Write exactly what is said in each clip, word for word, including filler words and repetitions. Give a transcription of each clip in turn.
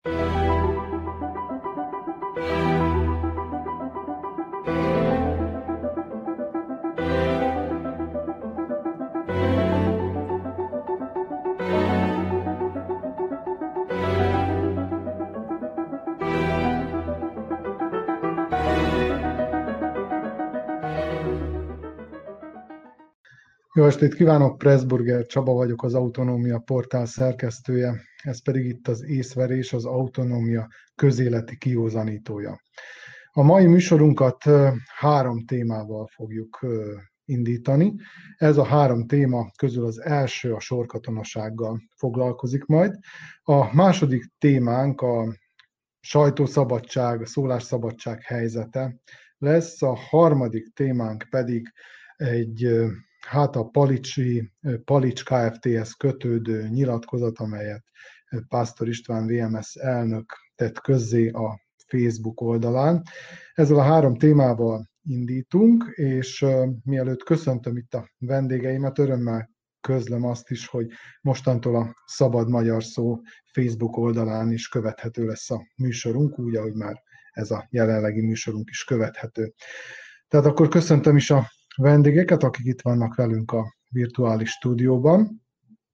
Jó estét kívánok, Pressburger Csaba vagyok, az Autonómia portál szerkesztője, ez pedig itt az Észverés, az autonómia közéleti kiózanítója. A mai műsorunkat három témával fogjuk indítani. Ez a három téma közül az első a sorkatonasággal foglalkozik majd. A második témánk a sajtószabadság, a szólásszabadság helyzete lesz, a harmadik témánk pedig egy hát a Palicsi, Palics Kft-hez kötődő nyilatkozat, amelyet Pásztor István vé em es elnök tett közzé a Facebook oldalán. Ezzel a három témával indítunk, és uh, mielőtt köszöntöm itt a vendégeimet, örömmel közlöm azt is, hogy mostantól a Szabad Magyar Szó Facebook oldalán is követhető lesz a műsorunk, úgy, ahogy már ez a jelenlegi műsorunk is követhető. Tehát akkor köszöntöm is a vendégeket, akik itt vannak velünk a virtuális stúdióban.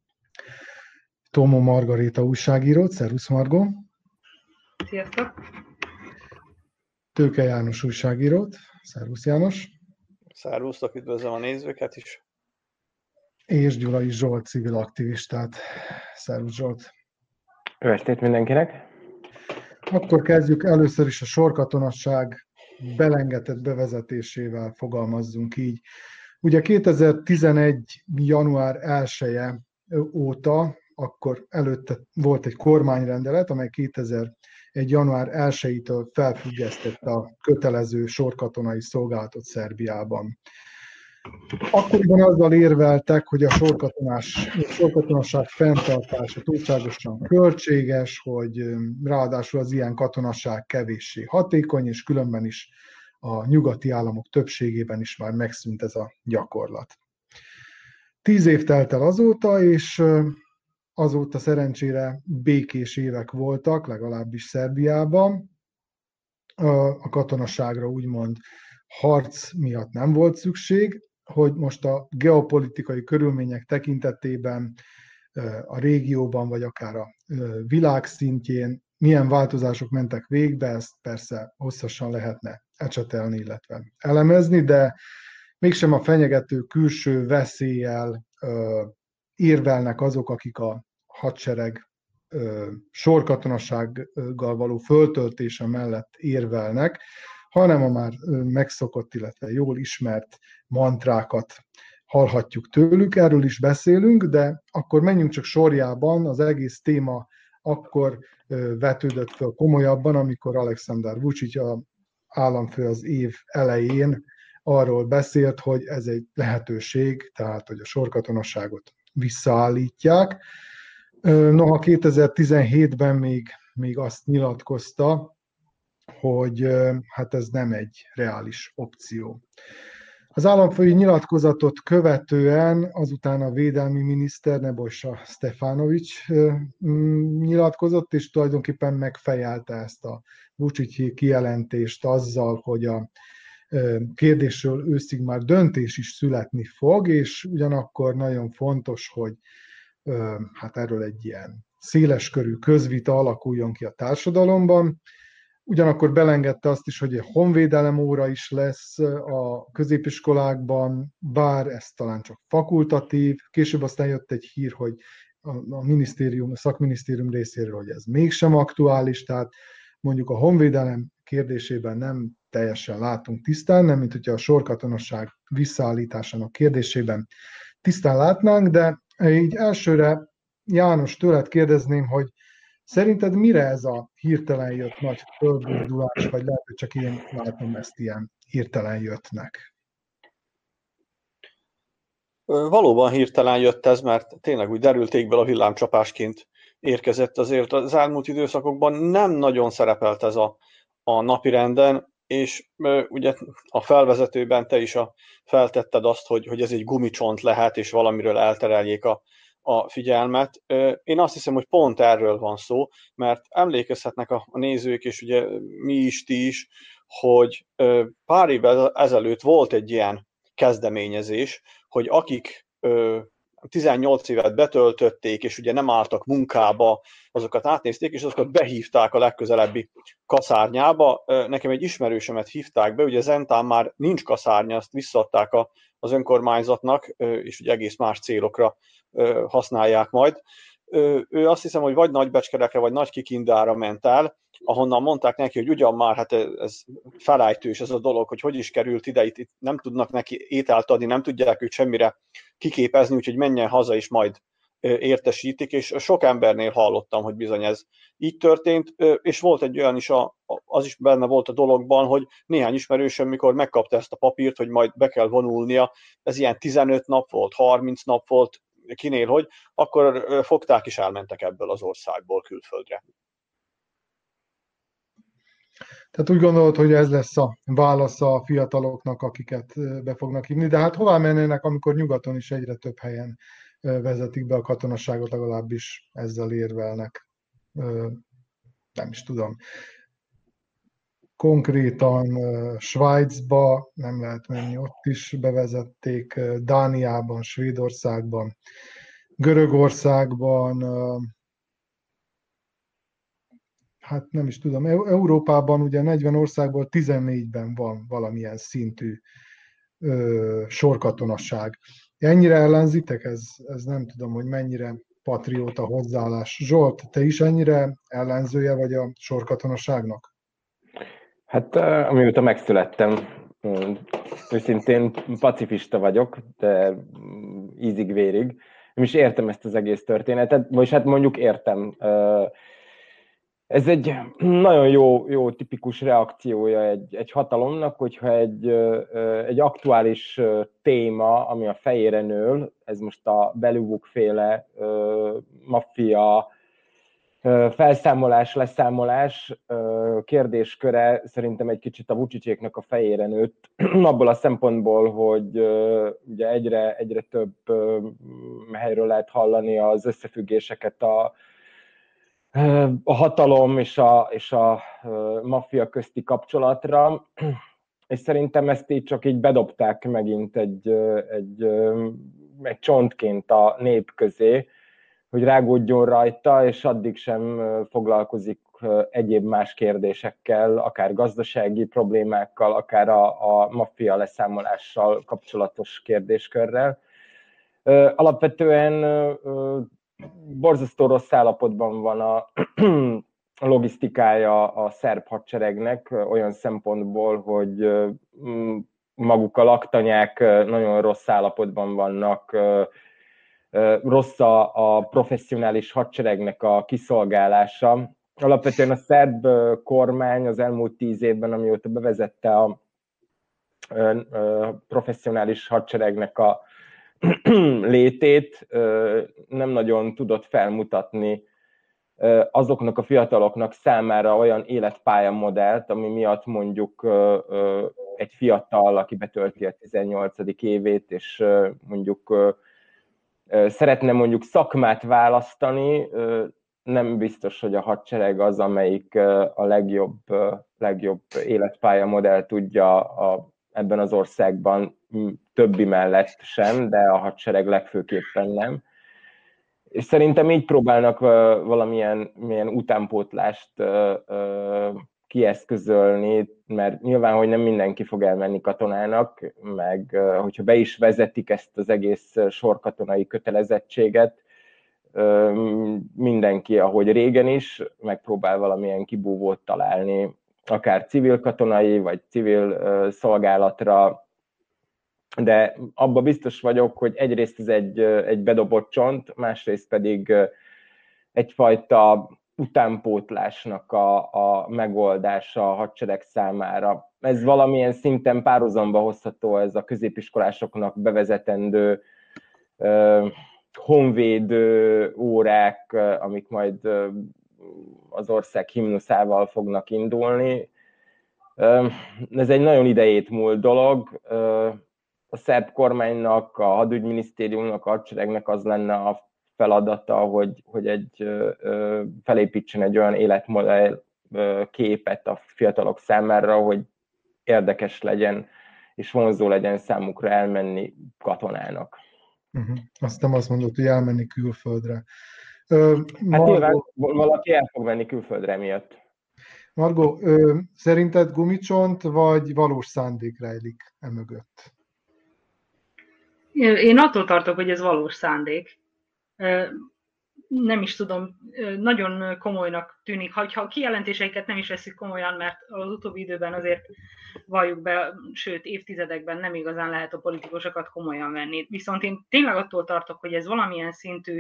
Tomó Margaréta újságírót, szervusz Margó! Sziasztok! Tőke János újságírót, szervusz János! Szervusztok, üdvözlöm a nézőket is! És Gyulai Zsolt civil aktivistát, szervusz Zsolt! Jó estét mindenkinek! Akkor kezdjük először is a sorkatonasság belengetett bevezetésével, fogalmazzunk így. Ugye kétezer-tizenegy. január elseje óta, akkor előtte volt egy kormányrendelet, amely kétezer-egy. január elsejétől felfüggesztette a kötelező sorkatonai szolgálatot Szerbiában. Akkoriban azzal érveltek, hogy a sorkatonás, sorkatonasság fenntartása túlságosan költséges, hogy ráadásul az ilyen katonasság kevéssé hatékony, és különben is a nyugati államok többségében is már megszűnt ez a gyakorlat. Tíz év telt el azóta, és azóta szerencsére békés évek voltak, legalábbis Szerbiában. A katonaságra úgymond harc miatt nem volt szükség, hogy most a geopolitikai körülmények tekintetében a régióban, vagy akár a világ szintjén milyen változások mentek végbe, ezt persze hosszasan lehetne ecsetelni, illetve elemezni, de mégsem a fenyegető külső veszéllyel érvelnek azok, akik a hadsereg sorkatonasággal való föltöltése mellett érvelnek, hanem a már megszokott, illetve jól ismert mantrákat hallhatjuk tőlük, erről is beszélünk, de akkor menjünk csak sorjában, az egész téma akkor vetődött fel komolyabban, amikor Aleksandar Vučić, a államfő az év elején arról beszélt, hogy ez egy lehetőség, tehát hogy a sorkatonaságot visszaállítják. Noha kétezer-tizenhétben még, még azt nyilatkozta, hogy hát ez nem egy reális opció. Az államfői nyilatkozatot követően azután a védelmi miniszter Nebojsa Stefanović nyilatkozott, és tulajdonképpen megfejelte ezt a Vučić kijelentést azzal, hogy a kérdésről őszig már döntés is születni fog, és ugyanakkor nagyon fontos, hogy hát erről egy ilyen széleskörű közvita alakuljon ki a társadalomban. Ugyanakkor belengedte azt is, hogy egy honvédelem óra is lesz a középiskolákban, bár ez talán csak fakultatív. Később aztán jött egy hír, hogy a minisztérium, a szakminisztérium részéről, hogy ez mégsem aktuális, tehát mondjuk a honvédelem kérdésében nem teljesen látunk tisztán, nem mint hogyha a sorkatonaság visszaállításának kérdésében tisztán látnánk, de így elsőre János, tőled kérdezném, hogy szerinted mire ez a hirtelen jött nagy fölgordulás, vagy lehet, hogy csak én látom ezt ilyen hirtelen jöttnek? Valóban hirtelen jött ez, mert tényleg úgy derültékből a villámcsapásként érkezett. Azért az elmúlt időszakokban nem nagyon szerepelt ez a, a napirenden, és ugye a felvezetőben te is a, feltetted azt, hogy, hogy ez egy gumicsont lehet, és valamiről eltereljék a, a figyelmet. Én azt hiszem, hogy pont erről van szó, mert emlékezhetnek a nézők, és ugye mi is, ti is, hogy pár évvel ezelőtt volt egy ilyen kezdeményezés, hogy akik tizennyolc évet betöltötték, és ugye nem álltak munkába, azokat átnézték, és azokat behívták a legközelebbi kaszárnyába. Nekem egy ismerősömet hívták be, ugye Zentán már nincs kaszárnya, azt visszaadták a, az önkormányzatnak, és ugye egész más célokra használják majd. Ő azt hiszem, hogy vagy Nagybecskerekre, vagy Nagykikindára ment el, ahonnan mondták neki, hogy ugyan már, hát ez felájtős ez a dolog, hogy hogy is került ide, itt, itt nem tudnak neki ételt adni, nem tudják őt semmire kiképezni, úgyhogy menjen haza, és majd értesítik, és sok embernél hallottam, hogy bizony ez így történt, és volt egy olyan is, a, az is benne volt a dologban, hogy néhány ismerősöm, mikor megkapta ezt a papírt, hogy majd be kell vonulnia, ez ilyen tizenöt nap volt, harminc nap volt, kinél hogy, akkor fogták és elmentek ebből az országból külföldre. Tehát úgy gondolod, hogy ez lesz a válasz a fiataloknak, akiket be fognak hívni, de hát hová mennének, amikor nyugaton is egyre több helyen vezetik be a katonaságot, legalábbis ezzel érvelnek. Nem is tudom. Konkrétan Svájcba nem lehet menni, ott is bevezették, Dániában, Svédországban, Görögországban, hát nem is tudom, Európában ugye negyven országból tizennégyben van valamilyen szintű ö, sorkatonasság. Ennyire ellenzitek? Ez, ez nem tudom, hogy mennyire patrióta hozzáállás. Zsolt, te is ennyire ellenzője vagy a sorkatonaságnak? Hát amióta megszülettem, őszintén pacifista vagyok, de ízig-vérig. Nem is értem ezt az egész történetet, vagyis hát mondjuk értem. Ez egy nagyon jó, jó tipikus reakciója egy, egy hatalomnak, hogyha egy, egy aktuális téma, ami a fejére nől, ez most a Beluvuk-féle maffia felszámolás, leszámolás kérdésköre szerintem egy kicsit a Vucicéknak a fejére nőtt, abból a szempontból, hogy ugye egyre, egyre több helyről lehet hallani az összefüggéseket a a hatalom és a, és a maffia közti kapcsolatra, és szerintem ezt így csak így bedobták megint egy, egy, egy csontként a nép közé, hogy rágódjon rajta, és addig sem foglalkozik egyéb más kérdésekkel, akár gazdasági problémákkal, akár a, a maffia leszámolással kapcsolatos kérdéskörrel. Alapvetően borzasztó rossz állapotban van a logisztikája a szerb hadseregnek, olyan szempontból, hogy maguk a laktanyák nagyon rossz állapotban vannak, rossz a, a professzionális hadseregnek a kiszolgálása. Alapvetően a szerb kormány az elmúlt tíz évben, amióta bevezette a professzionális hadseregnek a létét, nem nagyon tudott felmutatni azoknak a fiataloknak számára olyan életpályamodellt, ami miatt mondjuk egy fiatal, aki betölti a tizennyolcadik évét, és mondjuk szeretne mondjuk szakmát választani, nem biztos, hogy a hadsereg az, amelyik a legjobb, legjobb életpályamodell tudja a, ebben az országban, többi mellett sem, de a hadsereg legfőképpen nem. És szerintem így próbálnak valamilyen milyen utánpótlást kieszközölni, mert nyilván, hogy nem mindenki fog elmenni katonának, meg hogyha be is vezetik ezt az egész sorkatonai kötelezettséget, mindenki, ahogy régen is, megpróbál valamilyen kibúvót találni, akár civil katonai, vagy civil szolgálatra, de abban biztos vagyok, hogy egyrészt ez egy, egy bedobott csont, másrészt pedig egyfajta utánpótlásnak a, a megoldása a hadsereg számára. Ez valamilyen szinten párhuzamba hozható ez a középiskolásoknak bevezetendő uh, honvédő órák, uh, amik majd uh, az ország himnuszával fognak indulni. Uh, ez egy nagyon idejét múlt dolog. Uh, a szerb kormánynak, a hadügyminisztériumnak, a hadseregnek az lenne a feladata, hogy, hogy egy, felépítsen egy olyan életmodell képet a fiatalok számára, hogy érdekes legyen, és vonzó legyen számukra elmenni katonának. Uh-huh. Azt nem azt mondod, hogy elmenni külföldre. Ö, hát Margó, nyilván valaki el fog menni külföldre miatt. Margó, ö, szerinted gumicsont vagy valós szándék rejlik emögött? Én attól tartok, hogy ez valós szándék. Nem is tudom, nagyon komolynak tűnik, ha a kijelentéseiket nem is veszik komolyan, mert az utóbbi időben azért valljuk be, sőt évtizedekben nem igazán lehet a politikusokat komolyan venni. Viszont én tényleg attól tartok, hogy ez valamilyen szintű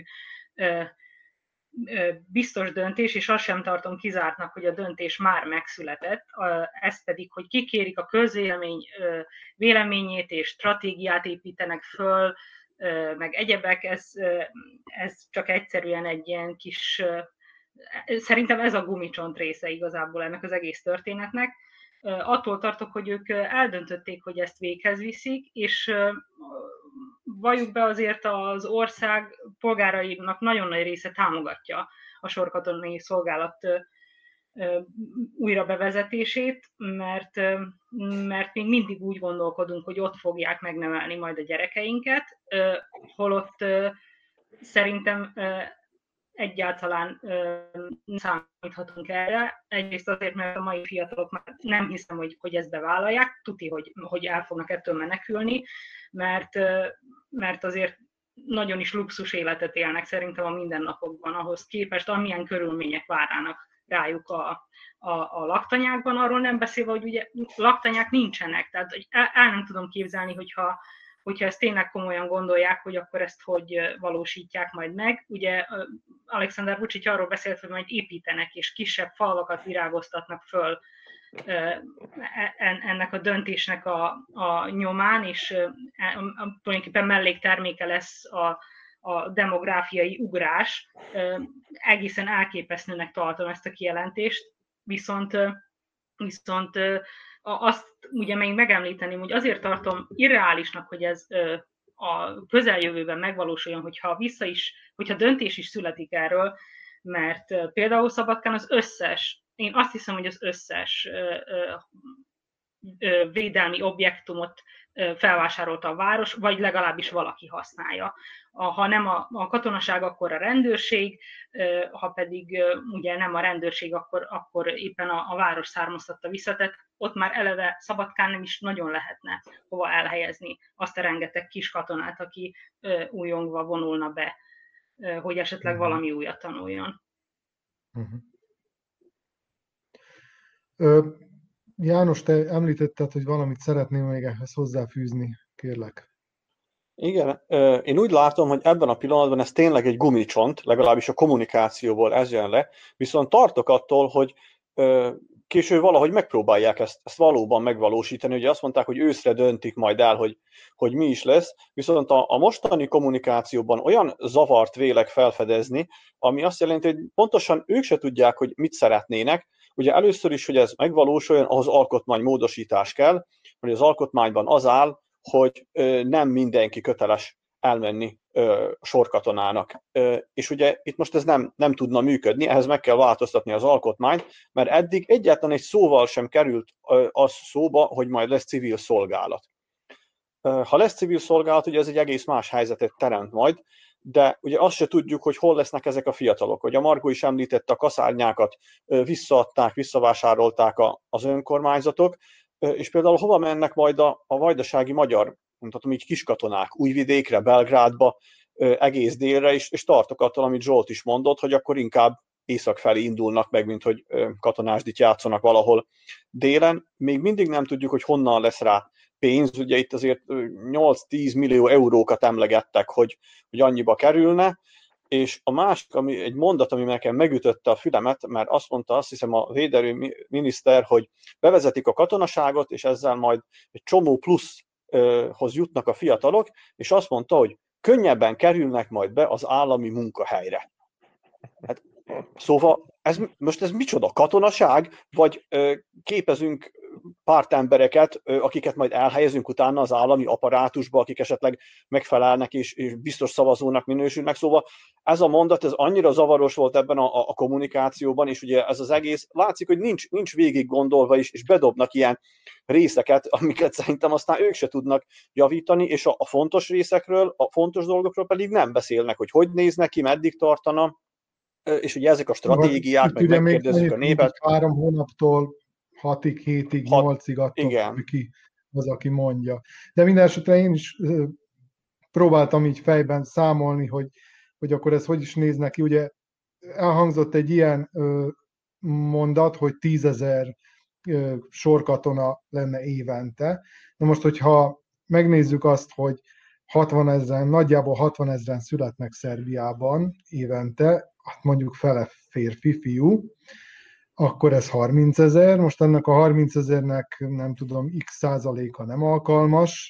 biztos döntés, és azt sem tartom kizártnak, hogy a döntés már megszületett, ez pedig, hogy kikérik a közvélemény véleményét és stratégiát építenek föl, meg egyebek, ez, ez csak egyszerűen egy ilyen kis, szerintem ez a gumicsont része igazából ennek az egész történetnek. Attól tartok, hogy ők eldöntötték, hogy ezt véghez viszik, és valljuk be, azért az ország polgárainak nagyon nagy része támogatja a sorkatonai szolgálat újra bevezetését, mert, mert még mindig úgy gondolkodunk, hogy ott fogják megnevelni majd a gyerekeinket, holott szerintem egyáltalán nem számíthatunk erre. Egyrészt azért, mert a mai fiatalok már nem hiszem, hogy, hogy ezt bevállalják, tuti, hogy, hogy el fognak ettől menekülni, mert, mert azért nagyon is luxus életet élnek szerintem a mindennapokban, ahhoz képest, amilyen körülmények várnának rájuk a, a, a laktanyákban, arról nem beszélve, hogy ugye laktanyák nincsenek, tehát el, el nem tudom képzelni, hogyha, hogyha ezt tényleg komolyan gondolják, hogy akkor ezt hogy valósítják majd meg. Ugye Alexander Vučić arról beszélt, hogy majd építenek, és kisebb falvakat virágoztatnak föl ennek a döntésnek a, a nyomán, és tulajdonképpen mellékterméke lesz a, a demográfiai ugrás. Egészen elképesztőnek tartom ezt a kijelentést, viszont, viszont azt ugye még megemlíteném, hogy azért tartom irreálisnak, hogy ez a közeljövőben megvalósuljon, hogyha vissza is, hogyha döntés is születik erről, mert például Szabadkán az összes, én azt hiszem, hogy az összes védelmi objektumot felvásárolta a város, vagy legalábbis valaki használja. Ha nem a, a katonaság, akkor a rendőrség, ha pedig ugye nem a rendőrség, akkor, akkor éppen a, a város származtatta vissza, tehát ott már eleve Szabadkán nem is nagyon lehetne hova elhelyezni azt a rengeteg kis katonát, aki újongva vonulna be, hogy esetleg uh-huh. valami újat tanuljon. Uh-huh. Ö, János, te említetted, hogy valamit szeretném még ehhez hozzáfűzni, kérlek. Igen, én úgy látom, hogy ebben a pillanatban ez tényleg egy gumicsont, legalábbis a kommunikációból ez jön le, viszont tartok attól, hogy később valahogy megpróbálják ezt, ezt valóban megvalósítani. Ugye azt mondták, hogy őszre döntik majd el, hogy, hogy mi is lesz, viszont a, a mostani kommunikációban olyan zavart vélek felfedezni, ami azt jelenti, hogy pontosan ők se tudják, hogy mit szeretnének. Ugye először is, hogy ez megvalósuljon, ahhoz alkotmánymódosítás kell, hogy az alkotmányban az áll, hogy nem mindenki köteles elmenni sorkatonának. És ugye itt most ez nem, nem tudna működni, ehhez meg kell változtatni az alkotmányt, mert eddig egyáltalán egy szóval sem került az szóba, hogy majd lesz civil szolgálat. Ha lesz civil szolgálat, ugye ez egy egész más helyzetet teremt majd, de ugye azt se tudjuk, hogy hol lesznek ezek a fiatalok. Hogy a Margó is említette, a kaszárnyákat visszaadták, visszavásárolták az önkormányzatok, és például hova mennek majd a, a vajdasági magyar, mondhatom így, kiskatonák, Újvidékre, Belgrádba, egész délre, és, és tartok attól, amit Zsolt is mondott, hogy akkor inkább észak felé indulnak meg, mint hogy katonásdit játszanak valahol délen. Még mindig nem tudjuk, hogy honnan lesz rá pénz, ugye itt azért nyolc-tíz millió eurókat emlegettek, hogy, hogy annyiba kerülne, és a másik, ami, egy mondat, ami nekem megütötte a fülemet, mert azt mondta, azt hiszem a védelmi miniszter, hogy bevezetik a katonaságot, és ezzel majd egy csomó pluszhoz jutnak a fiatalok, és azt mondta, hogy könnyebben kerülnek majd be az állami munkahelyre. Hát, szóval ez, most ez micsoda katonaság, vagy ö, képezünk pártembereket, akiket majd elhelyezünk utána az állami apparátusba, akik esetleg megfelelnek és, és biztos szavazónak minősülnek. Szóval ez a mondat, ez annyira zavaros volt ebben a, a kommunikációban, és ugye ez az egész, látszik, hogy nincs, nincs végig gondolva is, és bedobnak ilyen részeket, amiket szerintem aztán ők se tudnak javítani, és a, a fontos részekről, a fontos dolgokról pedig nem beszélnek, hogy hogy néznek ki, meddig tartana, és ugye ezek a stratégiák, meg megkérdezzük a népet. Három hónaptól hatig, hétig, Hat, nyolcig attól, igen. ki az, aki mondja. De minden esetre én is próbáltam így fejben számolni, hogy, hogy akkor ez hogy is néz neki. Ugye elhangzott egy ilyen mondat, hogy tízezer sorkatona lenne évente. Na most, hogyha megnézzük azt, hogy hatvanezren, nagyjából hatvanezren születnek Szerbiában évente, hát mondjuk fele férfi, fiú, akkor ez harmincezer, most ennek a harmincezernek nem tudom, x százaléka nem alkalmas,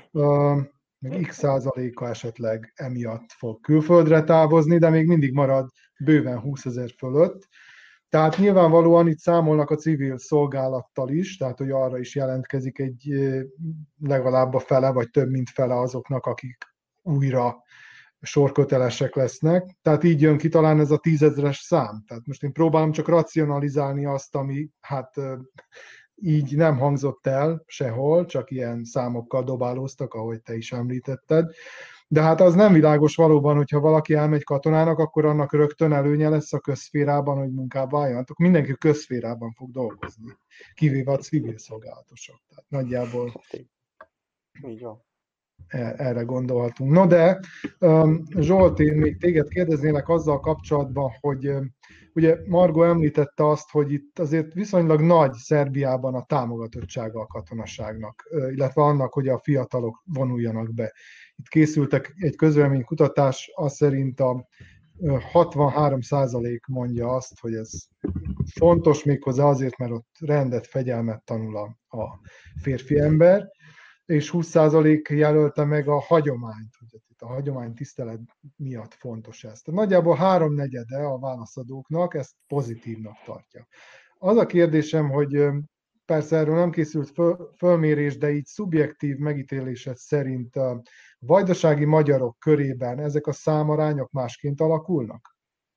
meg x százaléka esetleg emiatt fog külföldre távozni, de még mindig marad bőven húszezer fölött. Tehát nyilvánvalóan itt számolnak a civil szolgálattal is, tehát hogy arra is jelentkezik egy legalább a fele, vagy több mint fele azoknak, akik újra sorkötelesek lesznek. Tehát így jön ki talán ez a tízezres szám. Tehát most én próbálom csak racionalizálni azt, ami hát így nem hangzott el sehol, csak ilyen számokkal dobálóztak, ahogy te is említetted. De hát az nem világos valóban, hogyha valaki elmegy katonának, akkor annak rögtön előnye lesz a közszférában, hogy munkába álljon. Akkor mindenki közszférában fog dolgozni, kivéve a civil szolgálatosok. Tehát nagyjából így van. Erre gondolhatunk. No de, Zsolt, én még téged kérdeznélek azzal kapcsolatban, hogy ugye Margo említette azt, hogy itt azért viszonylag nagy Szerbiában a támogatottsága a katonaságnak, illetve annak, hogy a fiatalok vonuljanak be. Itt készültek egy közvéleménykutatás, az szerint a hatvanhárom százalék mondja azt, hogy ez fontos méghozzá azért, mert ott rendet, fegyelmet tanul a, a férfi ember, és húsz százalék jelölte meg a hagyományt, hogy itt a hagyomány tisztelet miatt fontos ez. Tehát nagyjából háromnegyede a válaszadóknak ezt pozitívnak tartja. Az a kérdésem, hogy persze erről nem készült föl, fölmérés, de így szubjektív megítélésed szerint a vajdasági magyarok körében ezek a számarányok másként alakulnak?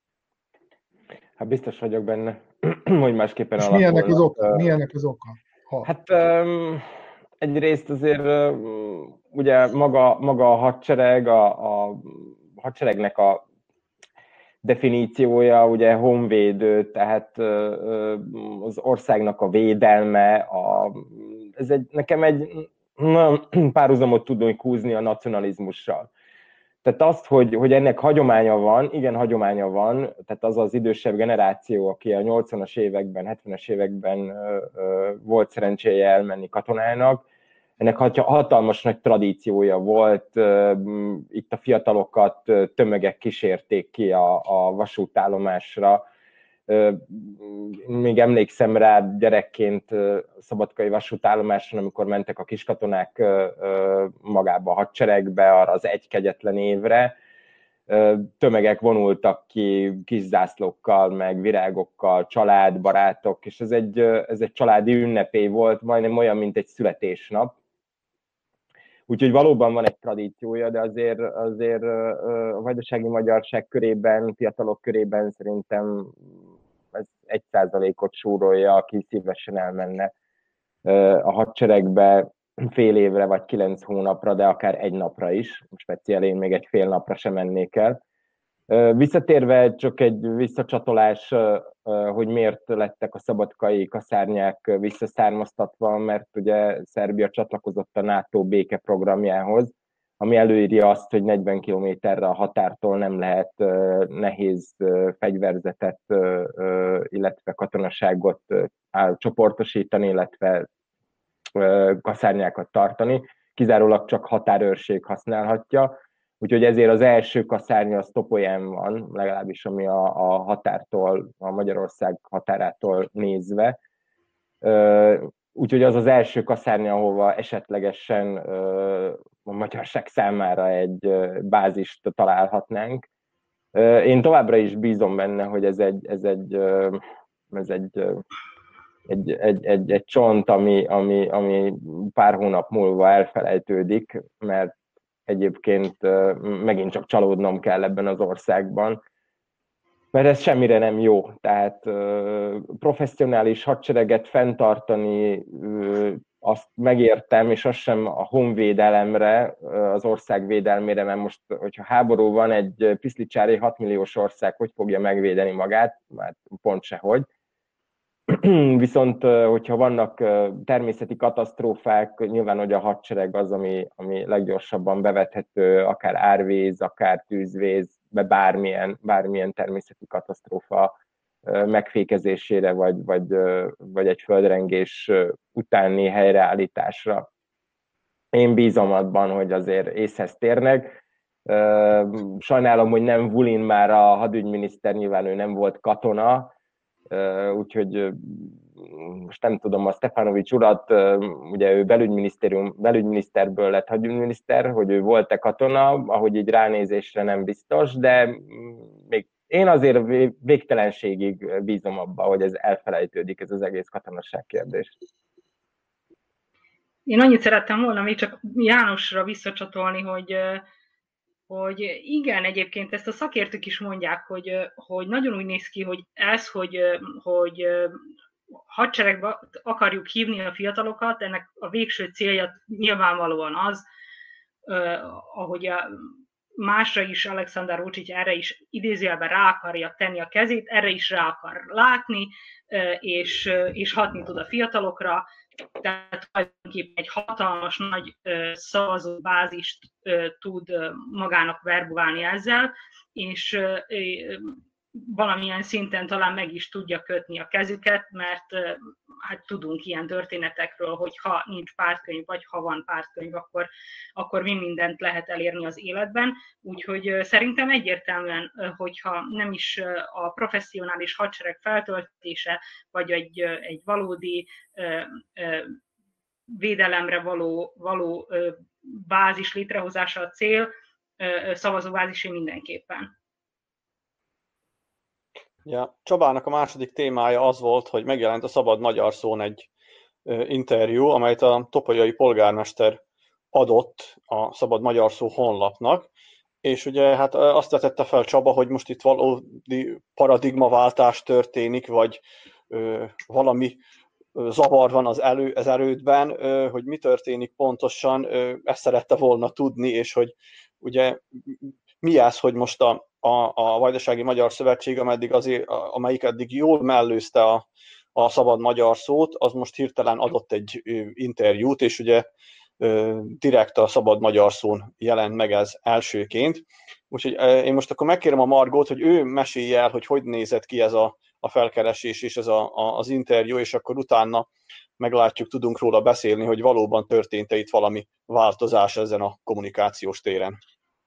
Hát biztos vagyok benne, hogy másképpen és alakulnak. Milyenek az oka? Milyenek az oka? Ha. Hát um, egyrészt azért um, ugye maga, maga a hadsereg, a, a hadseregnek a definíciója, ugye honvédő, tehát az országnak a védelme, a, ez egy, nekem egy nagyon párhuzamot tudunk húzni a nacionalizmussal. Tehát azt, hogy, hogy ennek hagyománya van, igen, hagyománya van, tehát az az idősebb generáció, aki a nyolcvanas években, hetvenes években ö, ö, volt szerencséje elmenni katonának, ennek hatalmas nagy tradíciója volt, itt a fiatalokat tömegek kísérték ki a, a vasútállomásra. Még emlékszem rá gyerekként a szabadkai vasútállomáson, amikor mentek a kiskatonák magába a hadseregbe, arra az egy kegyetlen évre. Tömegek vonultak ki kis zászlókkal, meg virágokkal, család, barátok, és ez egy, ez egy családi ünnepély volt, majdnem olyan, mint egy születésnap. Úgyhogy valóban van egy tradíciója, de azért, azért a vajdasági magyarság körében, fiatalok körében szerintem ez egy százalékot súrolja, aki szívesen elmenne a hadseregbe fél évre vagy kilenc hónapra, de akár egy napra is. Speciál én még egy fél napra sem mennék el. Visszatérve csak egy visszacsatolás, hogy miért lettek a szabadkai kaszárnyák visszaszármaztatva, mert ugye Szerbia csatlakozott a NATO békeprogramjához, ami előírja azt, hogy negyven kilométerre a határtól nem lehet nehéz fegyverzetet, illetve katonaságot csoportosítani, illetve kaszárnyákat tartani. Kizárólag csak határőrség használhatja. Úgyhogy ezért az első kaszárnya az Topolyán van, legalábbis ami a, a határtól, a Magyarország határától nézve. Úgyhogy az az első kaszárnya, ahova esetlegesen a magyarság számára egy bázist találhatnánk. Én továbbra is bízom benne, hogy ez egy, ez egy, ez egy egy, egy, egy, egy csont, ami, ami, ami pár hónap múlva elfelejtődik, mert egyébként megint csak csalódnom kell ebben az országban, mert ez semmire nem jó. Tehát professzionális hadsereget fenntartani, azt megértem, és az sem a honvédelemre, az ország védelmére, mert most, hogyha háború van, egy piszlicsári hat milliós ország hogy fogja megvédeni magát? Már pont sehogy. Viszont, hogyha vannak természeti katasztrófák, nyilván, hogy a hadsereg az, ami, ami leggyorsabban bevethető, akár árvíz, akár tűzvész, be bármilyen, bármilyen természeti katasztrófa megfékezésére, vagy, vagy, vagy egy földrengés utáni helyreállításra. Én bízom abban, hogy azért észhez térnek. Sajnálom, hogy nem Vulin már a hadügyminiszter, nyilván ő nem volt katona, úgyhogy most nem tudom, a Stefanovics urat, ugye ő belügyminisztérium, belügyminiszterből lett hadügyminiszter, hogy ő volt-e katona, ahogy így ránézésre nem biztos, de még én azért végtelenségig bízom abba, hogy ez elfelejtődik, ez az egész katonaság kérdés. Én annyit szerettem volna még csak Jánosra visszacsatolni, hogy hogy igen, egyébként ezt a szakértők is mondják, hogy, hogy nagyon úgy néz ki, hogy ez, hogy, hogy hadseregbe akarjuk hívni a fiatalokat, ennek a végső célja nyilvánvalóan az, ahogy a másra is Alexander Vučić erre is idézőjelben rá akarja tenni a kezét, erre is rá akar látni, és, és hatni tud a fiatalokra, tehát tulajdonképpen egy hatalmas nagy szavazóbázist tud magának verbuválni ezzel, és valamilyen szinten talán meg is tudja kötni a kezüket, mert hát tudunk ilyen történetekről, hogy ha nincs pártkönyv, vagy ha van pártkönyv, akkor, akkor mi mindent lehet elérni az életben. Úgyhogy szerintem egyértelműen, hogyha nem is a professzionális hadsereg feltöltése, vagy egy, egy valódi védelemre való, való bázis létrehozása a cél, szavazóbázis mindenképpen. Ja, Csabának a második témája az volt, hogy megjelent a Szabad Magyar Szón egy interjú, amelyet a topolyai polgármester adott a Szabad Magyar Szó honlapnak, és ugye hát azt vetette fel Csaba, hogy most itt valódi paradigmaváltás történik, vagy ö, valami zavar van az, elő, az erődben, ö, hogy mi történik pontosan, ö, ezt szerette volna tudni, és hogy ugye mi az, hogy most a A, a Vajdasági Magyar Szövetség, ameddig azért, amelyik eddig jól mellőzte a, a Szabad Magyar Szót, az most hirtelen adott egy interjút, és ugye direkt a Szabad Magyar Szón jelent meg ez elsőként. Úgyhogy én most akkor megkérem a Margót, hogy ő mesélje el, hogy hogy nézett ki ez a, a felkeresés és ez a, a, az interjú, és akkor utána meglátjuk, tudunk róla beszélni, hogy valóban történt-e itt valami változás ezen a kommunikációs téren.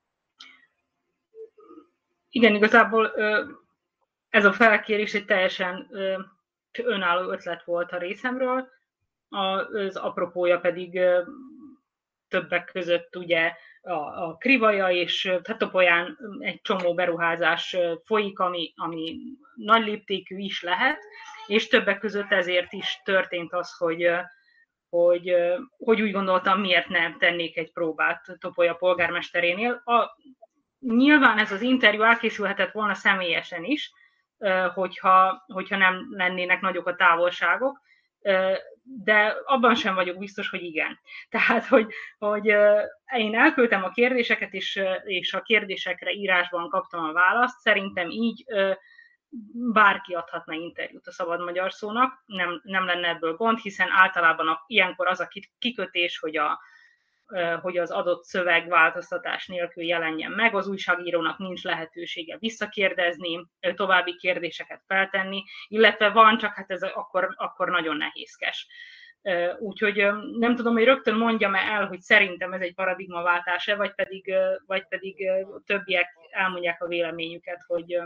Igen, igazából ez a felkérés egy teljesen önálló ötlet volt a részemről, az apropója pedig többek között ugye a, a Krivaja és Topolyán egy csomó beruházás folyik, ami, ami nagy léptékű is lehet, és többek között ezért is történt az, hogy, hogy, hogy úgy gondoltam, miért nem tennék egy próbát Topolya polgármesterénél. A, Nyilván ez az interjú elkészülhetett volna személyesen is, hogyha, hogyha nem lennének nagyok a távolságok, de abban sem vagyok biztos, hogy igen. Tehát, hogy, hogy én elküldtem a kérdéseket, és, és a kérdésekre írásban kaptam a választ. Szerintem így bárki adhatna interjút a Szabad Magyar Szónak, nem, nem lenne ebből gond, hiszen általában a, ilyenkor az a kikötés, hogy a hogy az adott szöveg változtatás nélkül jelenjen meg, az újságírónak nincs lehetősége visszakérdezni, további kérdéseket feltenni, illetve van, csak hát ez akkor, akkor nagyon nehézkes. Úgyhogy nem tudom, hogy rögtön mondjam-e el, hogy szerintem ez egy paradigmaváltás-e, vagy pedig, vagy pedig többiek elmondják a véleményüket, hogy,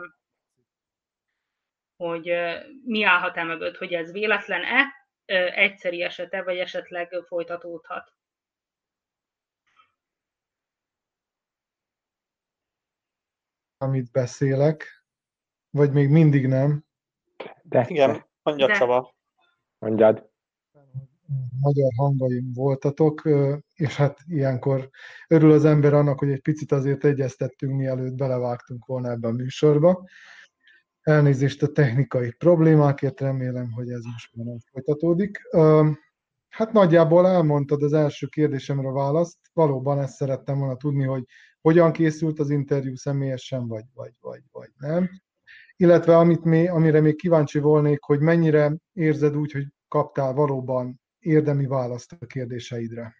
hogy mi állhat-e mögött, hogy ez véletlen-e, egyszeri esete, vagy esetleg folytatódhat. Amit beszélek, vagy még mindig nem? De, Igen, mondja De. Csaba. Mondjad. Magyar hangaim voltatok, és hát ilyenkor örül az ember annak, hogy egy picit azért egyeztettünk, mielőtt belevágtunk volna ebbe a műsorba. Elnézést a technikai problémákért, remélem, hogy ez most már nem folytatódik. Hát nagyjából elmondtad az első kérdésemre a választ. Valóban ezt szerettem volna tudni, hogy hogyan készült az interjú, személyesen, vagy, vagy, vagy, vagy nem. Illetve amit még, amire még kíváncsi volnék, hogy mennyire érzed úgy, hogy kaptál valóban érdemi választ a kérdéseidre.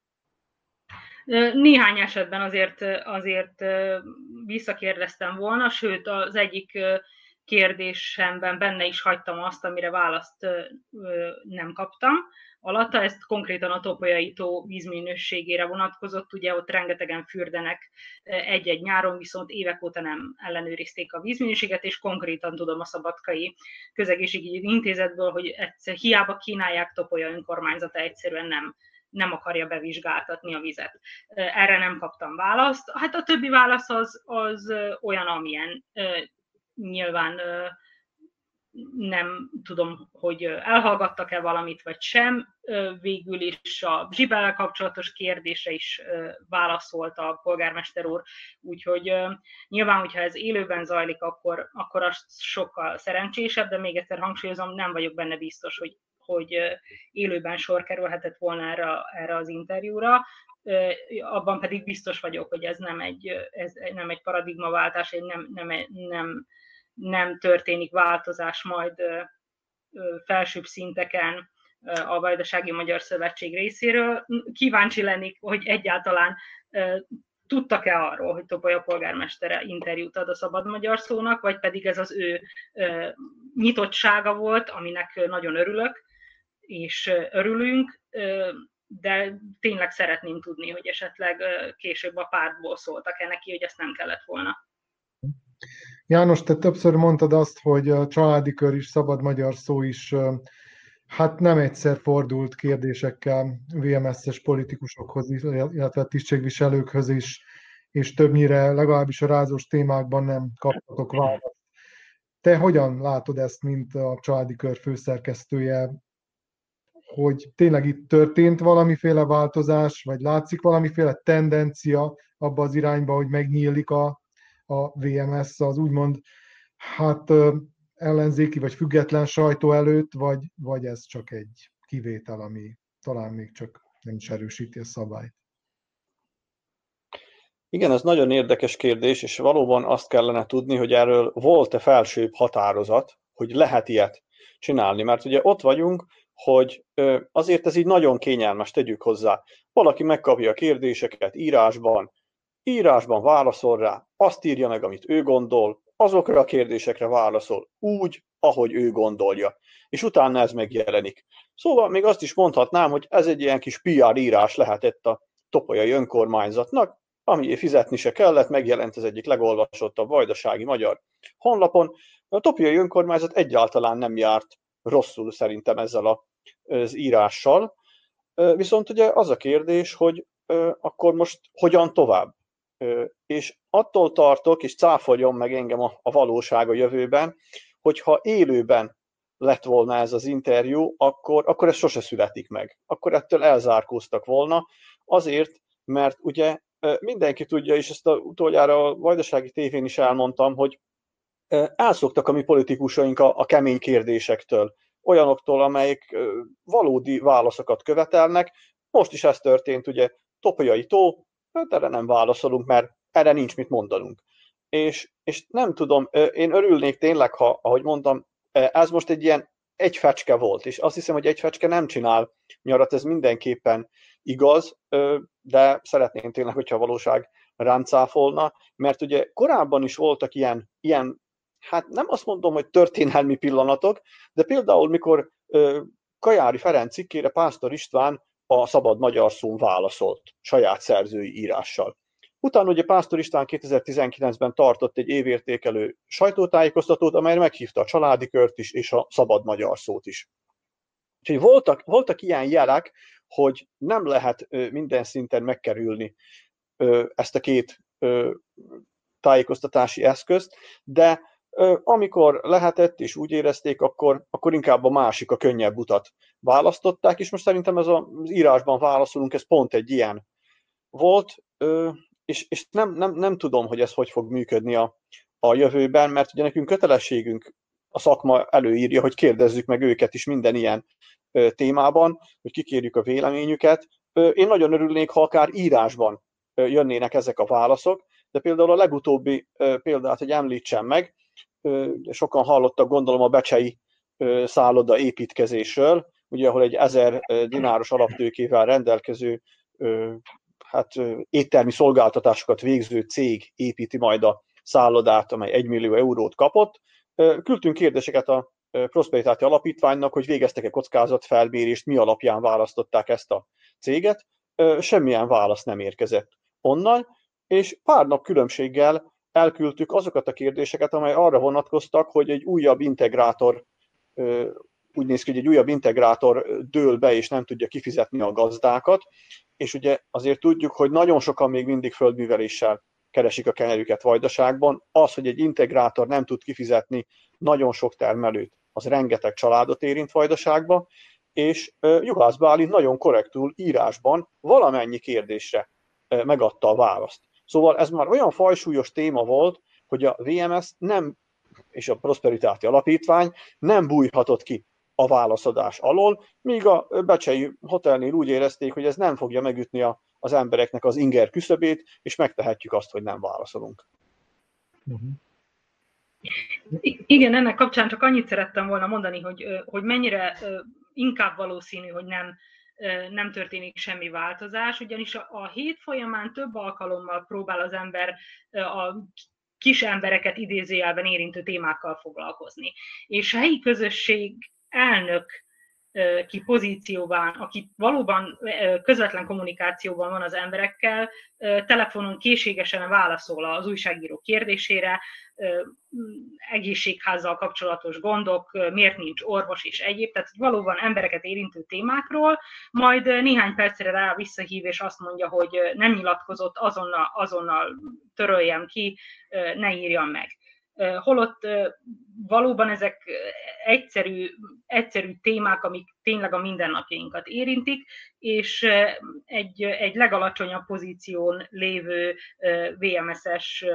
Néhány esetben azért, azért visszakérdeztem volna, sőt az egyik kérdésemben benne is hagytam azt, amire választ nem kaptam. Alatta ezt konkrétan a Topolyai tó vízminőségére vonatkozott, ugye ott rengetegen fürdenek egy-egy nyáron, viszont évek óta nem ellenőrizték a vízminőséget, és konkrétan tudom a Szabadkai Közegészségügyi Intézetből, hogy egyszer hiába kínálják, Topolya önkormányzata egyszerűen nem nem akarja bevizsgáltatni a vizet. Erre nem kaptam választ. Hát a többi válasz az, az olyan, amilyen nyilván nem tudom, hogy elhallgattak-e valamit, vagy sem. Végül is a zsibellel kapcsolatos kérdése is válaszolt a polgármester úr, úgyhogy nyilván, hogyha ez élőben zajlik, akkor, akkor az sokkal szerencsésebb, de még egyszer hangsúlyozom, nem vagyok benne biztos, hogy hogy élőben sor kerülhetett volna erre, erre az interjúra. Abban pedig biztos vagyok, hogy ez nem egy, ez nem egy paradigmaváltás, nem, nem, nem, nem történik változás majd felsőbb szinteken a Vajdasági Magyar Szövetség részéről. Kíváncsi lennék, hogy egyáltalán tudtak-e arról, hogy Topolya polgármestere interjút ad a Szabad Magyar Szónak, vagy pedig ez az ő nyitottsága volt, aminek nagyon örülök, és örülünk, de tényleg szeretném tudni, hogy esetleg később a pártból szóltak-e neki, hogy ezt nem kellett volna. János, te többször mondtad azt, hogy a Családi Kör is, Szabad Magyar Szó is hát nem egyszer fordult kérdésekkel vé em es-es politikusokhoz, illetve tisztségviselőkhöz is, és többnyire legalábbis a rázós témákban nem kaptatok választ. Te hogyan látod ezt, mint a Családi Kör főszerkesztője, hogy tényleg itt történt valamiféle változás, vagy látszik valamiféle tendencia abba az irányba, hogy megnyílik a, a vé em es az úgymond hát ellenzéki vagy független sajtó előtt, vagy, vagy ez csak egy kivétel, ami talán még csak nem is erősíti a szabályt? Igen, ez nagyon érdekes kérdés, és valóban azt kellene tudni, hogy erről volt-e felsőbb határozat, hogy lehet ilyet csinálni, mert ugye ott vagyunk, hogy azért ez így nagyon kényelmes, tegyük hozzá. Valaki megkapja a kérdéseket írásban, írásban válaszol rá, azt írja meg, amit ő gondol, azokra a kérdésekre válaszol úgy, ahogy ő gondolja, és utána ez megjelenik. Szóval még azt is mondhatnám, hogy ez egy ilyen kis pé er írás lehetett a Topolyai önkormányzatnak, ami fizetni se kellett, megjelent az egyik legolvasottabb vajdasági magyar honlapon. A Topolyai önkormányzat egyáltalán nem járt rosszul szerintem ezzel az írással. Viszont ugye az a kérdés, hogy akkor most hogyan tovább? És attól tartok, és cáfoljon meg engem a, a valóság a jövőben, hogyha élőben lett volna ez az interjú, akkor, akkor ez sose születik meg. Akkor ettől elzárkóztak volna, azért, mert ugye mindenki tudja, és ezt a, utoljára a Vajdasági tévén is elmondtam, hogy elszoktak a mi politikusaink a, a kemény kérdésektől, olyanoktól, amelyek valódi válaszokat követelnek. Most is ez történt, ugye Topolyai tó, hát erre nem válaszolunk, mert erre nincs mit mondanunk. És, és nem tudom, én örülnék tényleg, ha, ahogy mondtam, ez most egy ilyen egy fecske volt, és azt hiszem, hogy egy fecske nem csinál nyarat, ez mindenképpen igaz, de szeretném tényleg, hogyha a valóság rám cáfolna, mert ugye korábban is voltak ilyen, ilyen, hát nem azt mondom, hogy történelmi pillanatok, de például mikor Kajári Ferenc cikkére Pásztor István a Szabad Magyar Szón válaszolt saját szerzői írással. Utána ugye Pásztor István kétezer-tizenkilencben tartott egy évértékelő sajtótájékoztatót, amely meghívta a Családi Kört is, és a Szabad Magyar Szót is. Úgyhogy voltak, voltak ilyen jelek, hogy nem lehet minden szinten megkerülni ezt a két tájékoztatási eszközt, de Amikor lehetett és úgy érezték, akkor, akkor inkább a másik, a könnyebb utat választották, és most szerintem ez az írásban válaszolunk, ez pont egy ilyen volt, és, és nem, nem, nem tudom, hogy ez hogy fog működni a, a jövőben, mert ugye nekünk kötelességünk, a szakma előírja, hogy kérdezzük meg őket is minden ilyen témában, hogy kikérjük a véleményüket. Én nagyon örülnék, ha akár írásban jönnének ezek a válaszok, de például a legutóbbi példát, hogy említsem meg, sokan hallottak, gondolom, a becsei szálloda építkezésről, ugye, ahol egy ezer dináros alaptőkével rendelkező hát, éttermi szolgáltatásokat végző cég építi majd a szállodát, amely egy millió eurót kapott. Küldtünk kérdéseket a Prosperitáti Alapítványnak, hogy végeztek-e kockázatfelmérést, mi alapján választották ezt a céget. Semmilyen válasz nem érkezett onnan, és pár nap különbséggel elküldtük azokat a kérdéseket, amely arra vonatkoztak, hogy egy újabb integrátor, úgy néz ki, hogy egy újabb integrátor dől be, és nem tudja kifizetni a gazdákat, és ugye azért tudjuk, hogy nagyon sokan még mindig földműveléssel keresik a kenyerüket Vajdaságban. Az, hogy egy integrátor nem tud kifizetni nagyon sok termelőt, az rengeteg családot érint Vajdaságba, és Juhász Bálint nagyon korrektül írásban valamennyi kérdésre megadta a választ. Szóval ez már olyan fajsúlyos téma volt, hogy a vé em es nem, és a Prosperitáti Alapítvány nem bújhatott ki a válaszadás alól, míg a becsei hotelnél úgy érezték, hogy ez nem fogja megütni a, az embereknek az inger küszöbét, és megtehetjük azt, hogy nem válaszolunk. Uh-huh. Igen, ennek kapcsán csak annyit szerettem volna mondani, hogy, hogy mennyire inkább valószínű, hogy nem, nem történik semmi változás, ugyanis a, a hét folyamán több alkalommal próbál az ember a kis embereket idézőjelben érintő témákkal foglalkozni. És a helyi közösség elnök ki pozícióban, aki valóban közvetlen kommunikációban van az emberekkel, telefonon készségesen válaszol az újságíró kérdésére, egészségházzal kapcsolatos gondok, miért nincs orvos és egyéb, tehát valóban embereket érintő témákról, majd néhány percre rá visszahív és azt mondja, hogy nem nyilatkozott, azonnal, azonnal töröljem ki, ne írjam meg. Holott valóban ezek egyszerű, egyszerű témák, amik tényleg a mindennapjainkat érintik, és egy, egy legalacsonyabb pozíción lévő vé em es-es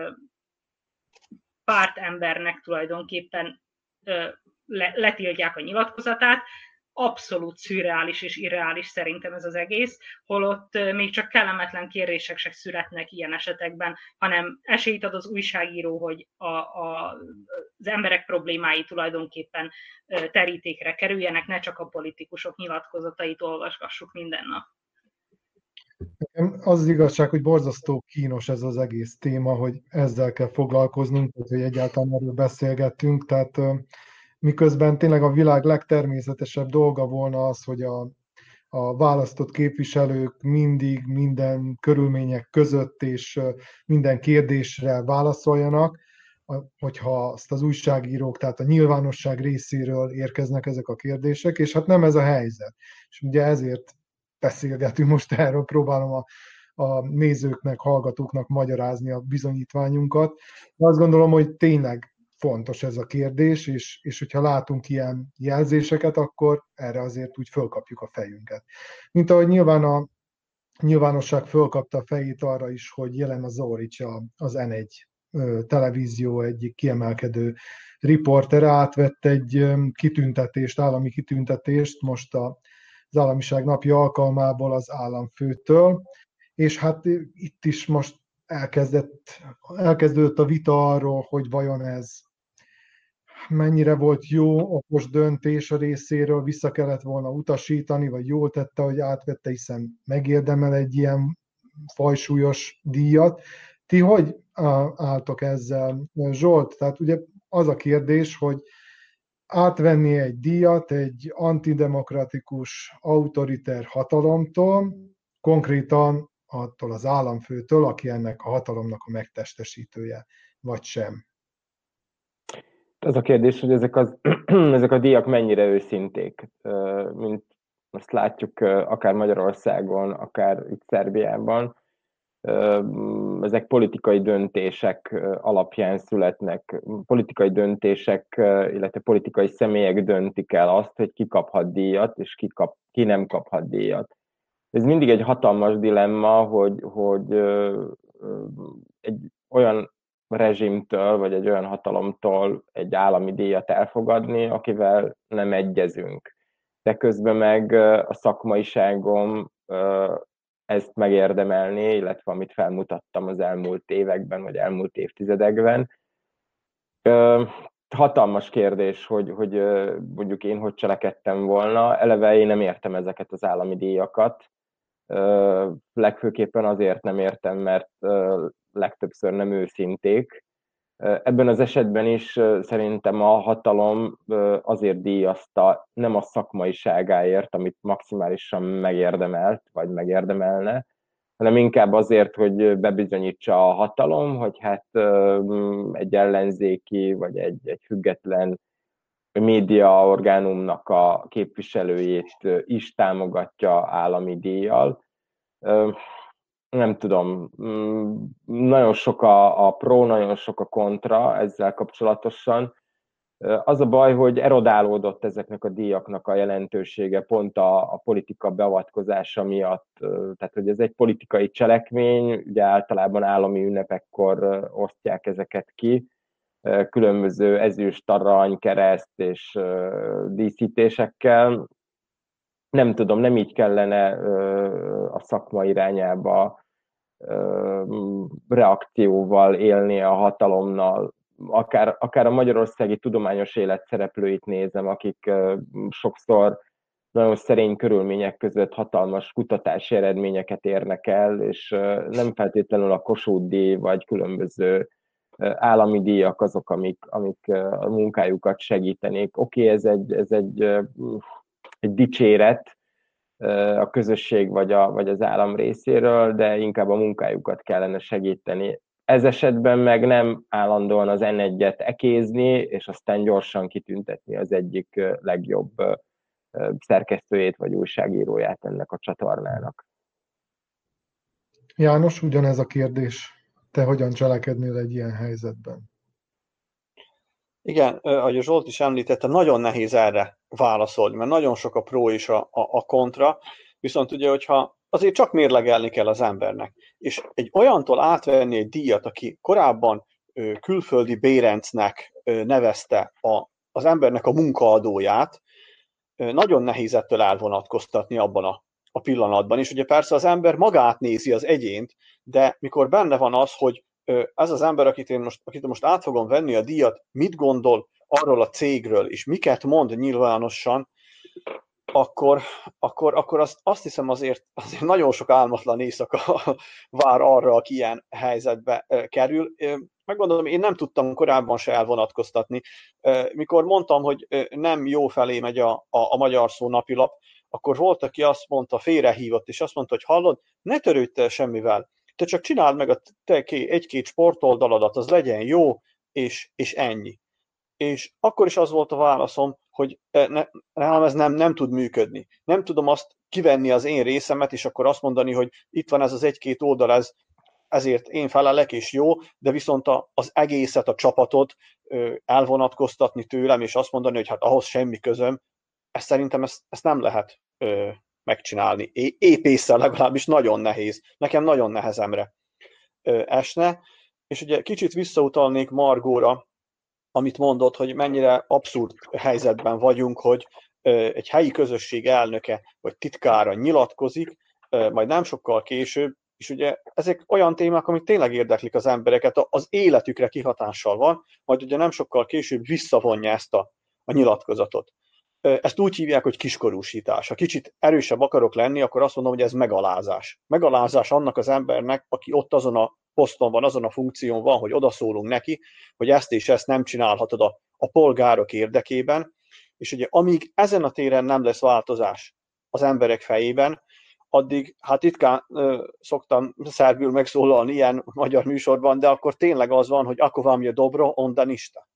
pártembernek tulajdonképpen letiltják a nyilatkozatát. Abszolút szürreális és irreális szerintem ez az egész, holott még csak kellemetlen kérdések se születnek ilyen esetekben, hanem esélyt ad az újságíró, hogy a, a, az emberek problémái tulajdonképpen terítékre kerüljenek, ne csak a politikusok nyilatkozatait olvasgassuk minden nap. Az az igazság, hogy borzasztó kínos ez az egész téma, hogy ezzel kell foglalkoznunk, hogy egyáltalán erről beszélgettünk, tehát miközben tényleg a világ legtermészetesebb dolga volna az, hogy a, a választott képviselők mindig minden körülmények között és minden kérdésre válaszoljanak, hogyha azt az újságírók, tehát a nyilvánosság részéről érkeznek ezek a kérdések, és hát nem ez a helyzet. És ugye ezért beszélgetünk most erről, próbálom a, a nézőknek, hallgatóknak magyarázni a bizonyítványunkat. De azt gondolom, hogy tényleg fontos ez a kérdés, és, és hogyha látunk ilyen jelzéseket, akkor erre azért úgy fölkapjuk a fejünket. Mint ahogy nyilván a nyilvánosság fölkapta a fejét arra is, hogy Jelena Zorics, az en egy televízió egyik kiemelkedő riportere átvett egy kitüntetést, állami kitüntetést most az Államiság napja alkalmából az államfőtől, és hát itt is most elkezdett, elkezdődött a vita arról, hogy vajon ez mennyire volt jó, okos döntés a részéről, vissza kellett volna utasítani, vagy jól tette, hogy átvette, hiszen megérdemel egy ilyen fajsúlyos díjat. Ti hogy álltok ezzel, Zsolt? Tehát ugye az a kérdés, hogy átvenni egy díjat egy antidemokratikus, autoriter hatalomtól, konkrétan attól az államfőtől, aki ennek a hatalomnak a megtestesítője, vagy sem. Az a kérdés, hogy ezek, az, ezek a díjak mennyire őszinték, mint azt látjuk akár Magyarországon, akár itt Szerbiában. ezek politikai döntések alapján születnek, politikai döntések, illetve politikai személyek döntik el azt, hogy ki kaphat díjat, és ki, kap, ki nem kaphat díjat. Ez mindig egy hatalmas dilemma, hogy, hogy egy olyan rezsimtől, vagy egy olyan hatalomtól egy állami díjat elfogadni, akivel nem egyezünk. De közben meg a szakmaiságom ezt megérdemelni, illetve amit felmutattam az elmúlt években, vagy elmúlt évtizedekben. Hatalmas kérdés, hogy, hogy mondjuk én hogy cselekedtem volna. Eleve én nem értem ezeket az állami díjakat. Legfőképpen azért nem értem, mert legtöbbször nem őszinték. Ebben az esetben is szerintem a hatalom azért díjazta, nem a szakmaiságáért, amit maximálisan megérdemelt, vagy megérdemelne, hanem inkább azért, hogy bebizonyítsa a hatalom, hogy hát egy ellenzéki, vagy egy, egy független média orgánumnak a képviselőjét is támogatja állami díjjal. Nem tudom, nagyon sok a, a pro, nagyon sok a kontra ezzel kapcsolatosan. Az a baj, hogy erodálódott ezeknek a díjaknak a jelentősége pont a, a politika beavatkozása miatt. Tehát, hogy ez egy politikai cselekmény, ugye általában állami ünnepekkor osztják ezeket ki, különböző ezüst, arany, kereszt és díszítésekkel. Nem tudom, nem így kellene a szakma irányába reakcióval élni a hatalomnal. Akár, akár a magyarországi tudományos élet szereplőit nézem, akik sokszor nagyon szerény körülmények között hatalmas kutatási eredményeket érnek el, és nem feltétlenül a Kossuth-díj vagy különböző állami díjak azok, amik, amik a munkájukat segítenék. Oké, okay, ez egy, ez egy, egy dicséret a közösség vagy, a, vagy az állam részéről, de inkább a munkájukat kellene segíteni. Ez esetben meg nem állandóan az en egyet ekézni, és aztán gyorsan kitüntetni az egyik legjobb szerkesztőjét vagy újságíróját ennek a csatornának. János, ugyanez a kérdés. Te hogyan cselekednél egy ilyen helyzetben? Igen, ahogy Zsolt is említette, nagyon nehéz erre válaszolni, mert nagyon sok a pro és a, a, a kontra, viszont ugye, hogyha azért csak mérlegelni kell az embernek, és egy olyantól átvenni egy díjat, aki korábban ö, külföldi bérencnek ö, nevezte a, az embernek a munkaadóját, ö, nagyon nehéz ettől elvonatkoztatni abban a, a pillanatban, és ugye persze az ember magát nézi, az egyént, de mikor benne van az, hogy ez az ember, akit én most, akit most át fogom venni a díjat, mit gondol arról a cégről, és miket mond nyilvánosan, akkor, akkor, akkor azt, azt hiszem azért, azért nagyon sok álmatlan éjszaka vár arra, aki ilyen helyzetbe kerül. Megmondom, én nem tudtam korábban se elvonatkoztatni. Mikor mondtam, hogy nem jó felé megy a, a, a Magyar Szó napilap, akkor volt, aki azt mondta, félrehívott, és azt mondta, hogy hallod, ne törődj te semmivel. Te csak csináld meg a te egy-két sportoldaladat, az legyen jó, és, és ennyi. És akkor is az volt a válaszom, hogy ne, nálam ez nem, nem tud működni. Nem tudom azt kivenni az én részemet, és akkor azt mondani, hogy itt van ez az egy-két oldal, ez, ezért én felelek, és jó, de viszont a, az egészet, a csapatot ö, elvonatkoztatni tőlem, és azt mondani, hogy hát ahhoz semmi közöm, ezt szerintem ezt, ezt nem lehet ö, megcsinálni. É, épp észre legalábbis nagyon nehéz. Nekem nagyon nehezemre ö, esne. És ugye kicsit visszautalnék Margóra, amit mondott, hogy mennyire abszurd helyzetben vagyunk, hogy ö, egy helyi közösség elnöke vagy titkára nyilatkozik, ö, majd nem sokkal később, és ugye ezek olyan témák, amik tényleg érdeklik az embereket, az életükre kihatással van, majd ugye nem sokkal később visszavonja ezt a, a nyilatkozatot. Ezt úgy hívják, hogy kiskorúsítás. Ha kicsit erősebb akarok lenni, akkor azt mondom, hogy ez megalázás. Megalázás annak az embernek, aki ott azon a poszton van, azon a funkción van, hogy odaszólunk neki, hogy ezt és ezt nem csinálhatod a, a polgárok érdekében. És ugye amíg ezen a téren nem lesz változás az emberek fejében, addig, hát ritkán ö, szoktam szerbül megszólalni ilyen magyar műsorban, de akkor tényleg az van, hogy ako vám je dobro, onda ništa.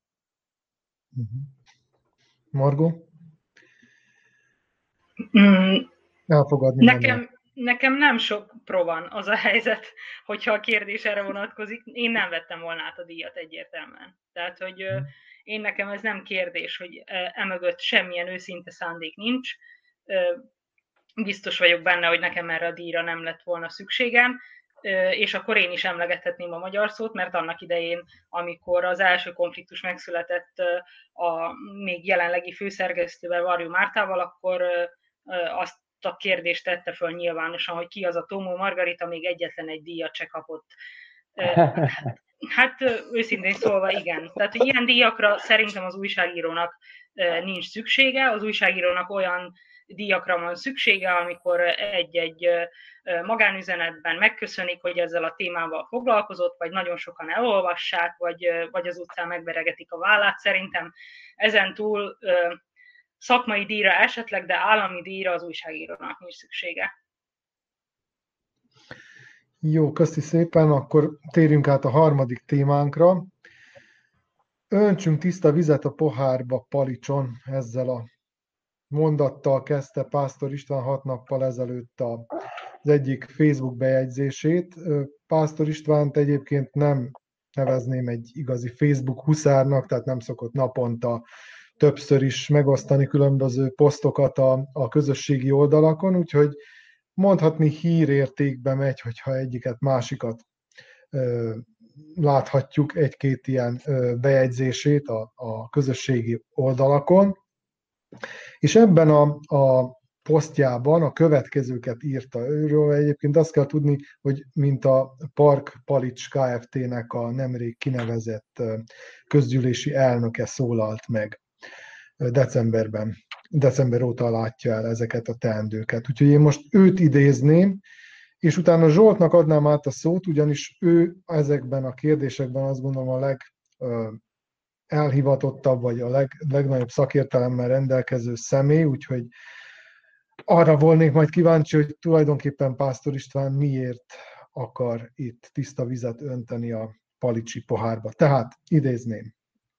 Margó? Mm, Elfogadni nekem, Nekem nem sok pro van az a helyzet, hogyha a kérdés erre vonatkozik. Én nem vettem volna át a díjat egyértelműen. Tehát, hogy én nekem ez nem kérdés, hogy emögött semmilyen őszinte szándék nincs. Biztos vagyok benne, hogy nekem erre a díjra nem lett volna szükségem, és akkor én is emlegethetném a magyar szót, mert annak idején, amikor az első konfliktus megszületett a még jelenlegi főszerkesztővel, Varjú Mártával, akkor azt a kérdést tette föl nyilvánosan, hogy ki az a Tomó Margarita, még egyetlen egy díjat se kapott. Hát őszintén szólva igen. Tehát, hogy ilyen díjakra szerintem az újságírónak nincs szüksége. Az újságírónak olyan díjakra van szüksége, amikor egy-egy magánüzenetben megköszönik, hogy ezzel a témával foglalkozott, vagy nagyon sokan elolvassák, vagy, vagy az utcán megveregetik a vállát. Szerintem ezen túl szakmai díjra esetleg, de állami díjra az újságírónak nincs szüksége. Jó, köszi szépen, akkor térjünk át a harmadik témánkra. Öntsünk tiszta vizet a pohárba Palicson, ezzel a mondattal kezdte Pásztor István hat nappal ezelőtt az egyik Facebook bejegyzését. Pásztor Istvánt egyébként nem nevezném egy igazi Facebook huszárnak, tehát nem szokott naponta többször is megosztani különböző posztokat a, a közösségi oldalakon, úgyhogy mondhatni hírértékbe megy, hogyha egyiket, másikat ö, láthatjuk egy-két ilyen ö, bejegyzését a, a közösségi oldalakon. És ebben a, a posztjában a következőket írta őről. Egyébként azt kell tudni, hogy mint a Park Palics Kft-nek a nemrég kinevezett közgyűlési elnöke szólalt meg decemberben. December óta látja el ezeket a teendőket. Úgyhogy én most őt idézném, és utána Zsoltnak adnám át a szót, ugyanis ő ezekben a kérdésekben azt gondolom a leg elhivatottabb, vagy a leg, legnagyobb szakértelemmel rendelkező személy, úgyhogy arra volnék majd kíváncsi, hogy tulajdonképpen Pásztor István miért akar itt tiszta vizet önteni a palicsi pohárba. Tehát idézném.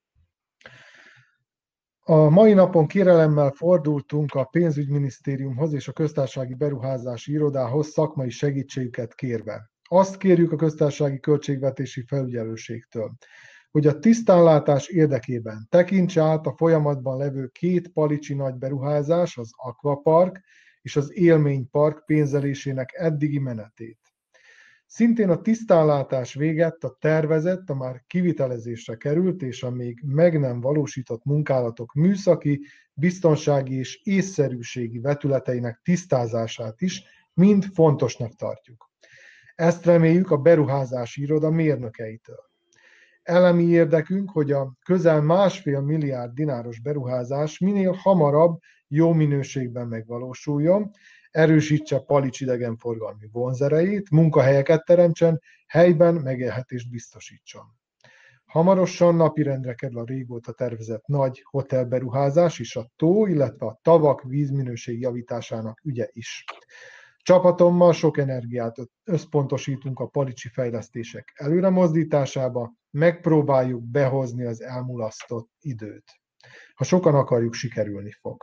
A mai napon kérelemmel fordultunk a pénzügyminisztériumhoz és a köztársasági beruházási irodához szakmai segítségüket kérve. Azt kérjük a köztársasági költségvetési felügyelőségtől, hogy a tisztánlátás érdekében tekintse át a folyamatban levő két palicsi nagy beruházás, az Aquapark és az Élménypark pénzelésének eddigi menetét. Szintén a tisztánlátás végett a tervezett, a már kivitelezésre került és a még meg nem valósított munkálatok műszaki, biztonsági és észszerűségi vetületeinek tisztázását is mind fontosnak tartjuk. Ezt reméljük a beruházási iroda mérnökeitől. Elemi érdekünk, hogy a közel másfél milliárd dináros beruházás minél hamarabb jó minőségben megvalósuljon, erősítse Palics idegenforgalmi vonzerejét, munkahelyeket teremtsen, helyben megélhetést biztosítson. Hamarosan napirendre kerül a régóta tervezett nagy hotelberuházás és a tó, illetve a tavak vízminőség javításának ügye is. Csapatommal sok energiát összpontosítunk a palicsi fejlesztések előremozdításába, megpróbáljuk behozni az elmulasztott időt. Ha sokan akarjuk, sikerülni fog.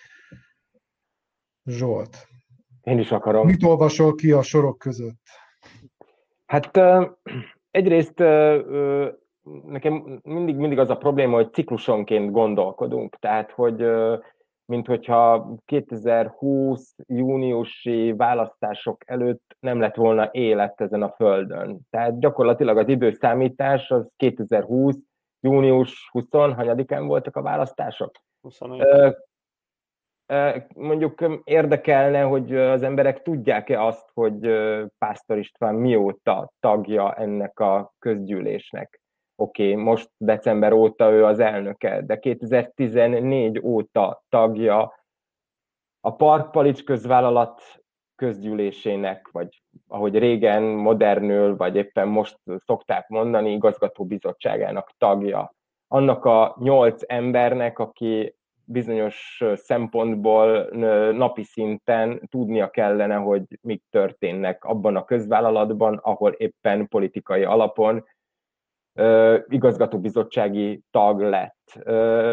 Zsolt. Én is akarom. Mit olvasol ki a sorok között? Hát egyrészt nekem mindig, mindig az a probléma, hogy ciklusonként gondolkodunk. Tehát, hogy mint hogyha kétezer-húsz júniusi választások előtt nem lett volna élet ezen a földön. Tehát gyakorlatilag az időszámítás az kétezer-húsz június huszonhanyadikán voltak a választások. huszonöt. Mondjuk érdekelne, hogy az emberek tudják-e azt, hogy Pásztor István mióta tagja ennek a közgyűlésnek. Oké, okay, most december óta ő az elnöke, de kétezer-tizennégy óta tagja a Park Palics közvállalat közgyűlésének, vagy ahogy régen, modernül, vagy éppen most szokták mondani, igazgatóbizottságának tagja. Annak a nyolc embernek, aki bizonyos szempontból napi szinten tudnia kellene, hogy mik történnek abban a közvállalatban, ahol éppen politikai alapon Uh, igazgatóbizottsági tag lett. Uh,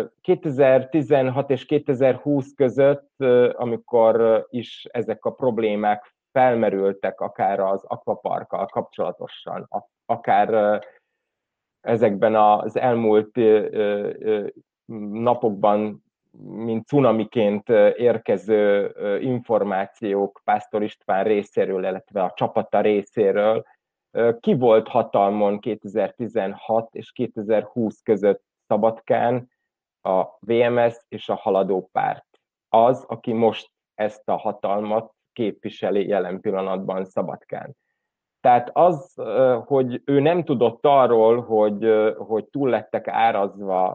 kétezer-tizenhat és kétezer-húsz között, uh, amikor is ezek a problémák felmerültek akár az akvaparkkal kapcsolatosan, akár ezekben az elmúlt napokban, mint cunamiként érkező információk Pásztor István részéről, illetve a csapata részéről, ki volt hatalmon kétezer-tizenhat és kétezer-húsz között Szabadkán, a vé em es és a Haladó Párt. Az, aki most ezt a hatalmat képviseli jelen pillanatban Szabadkán. Tehát az, hogy ő nem tudott arról, hogy, hogy túl lettek árazva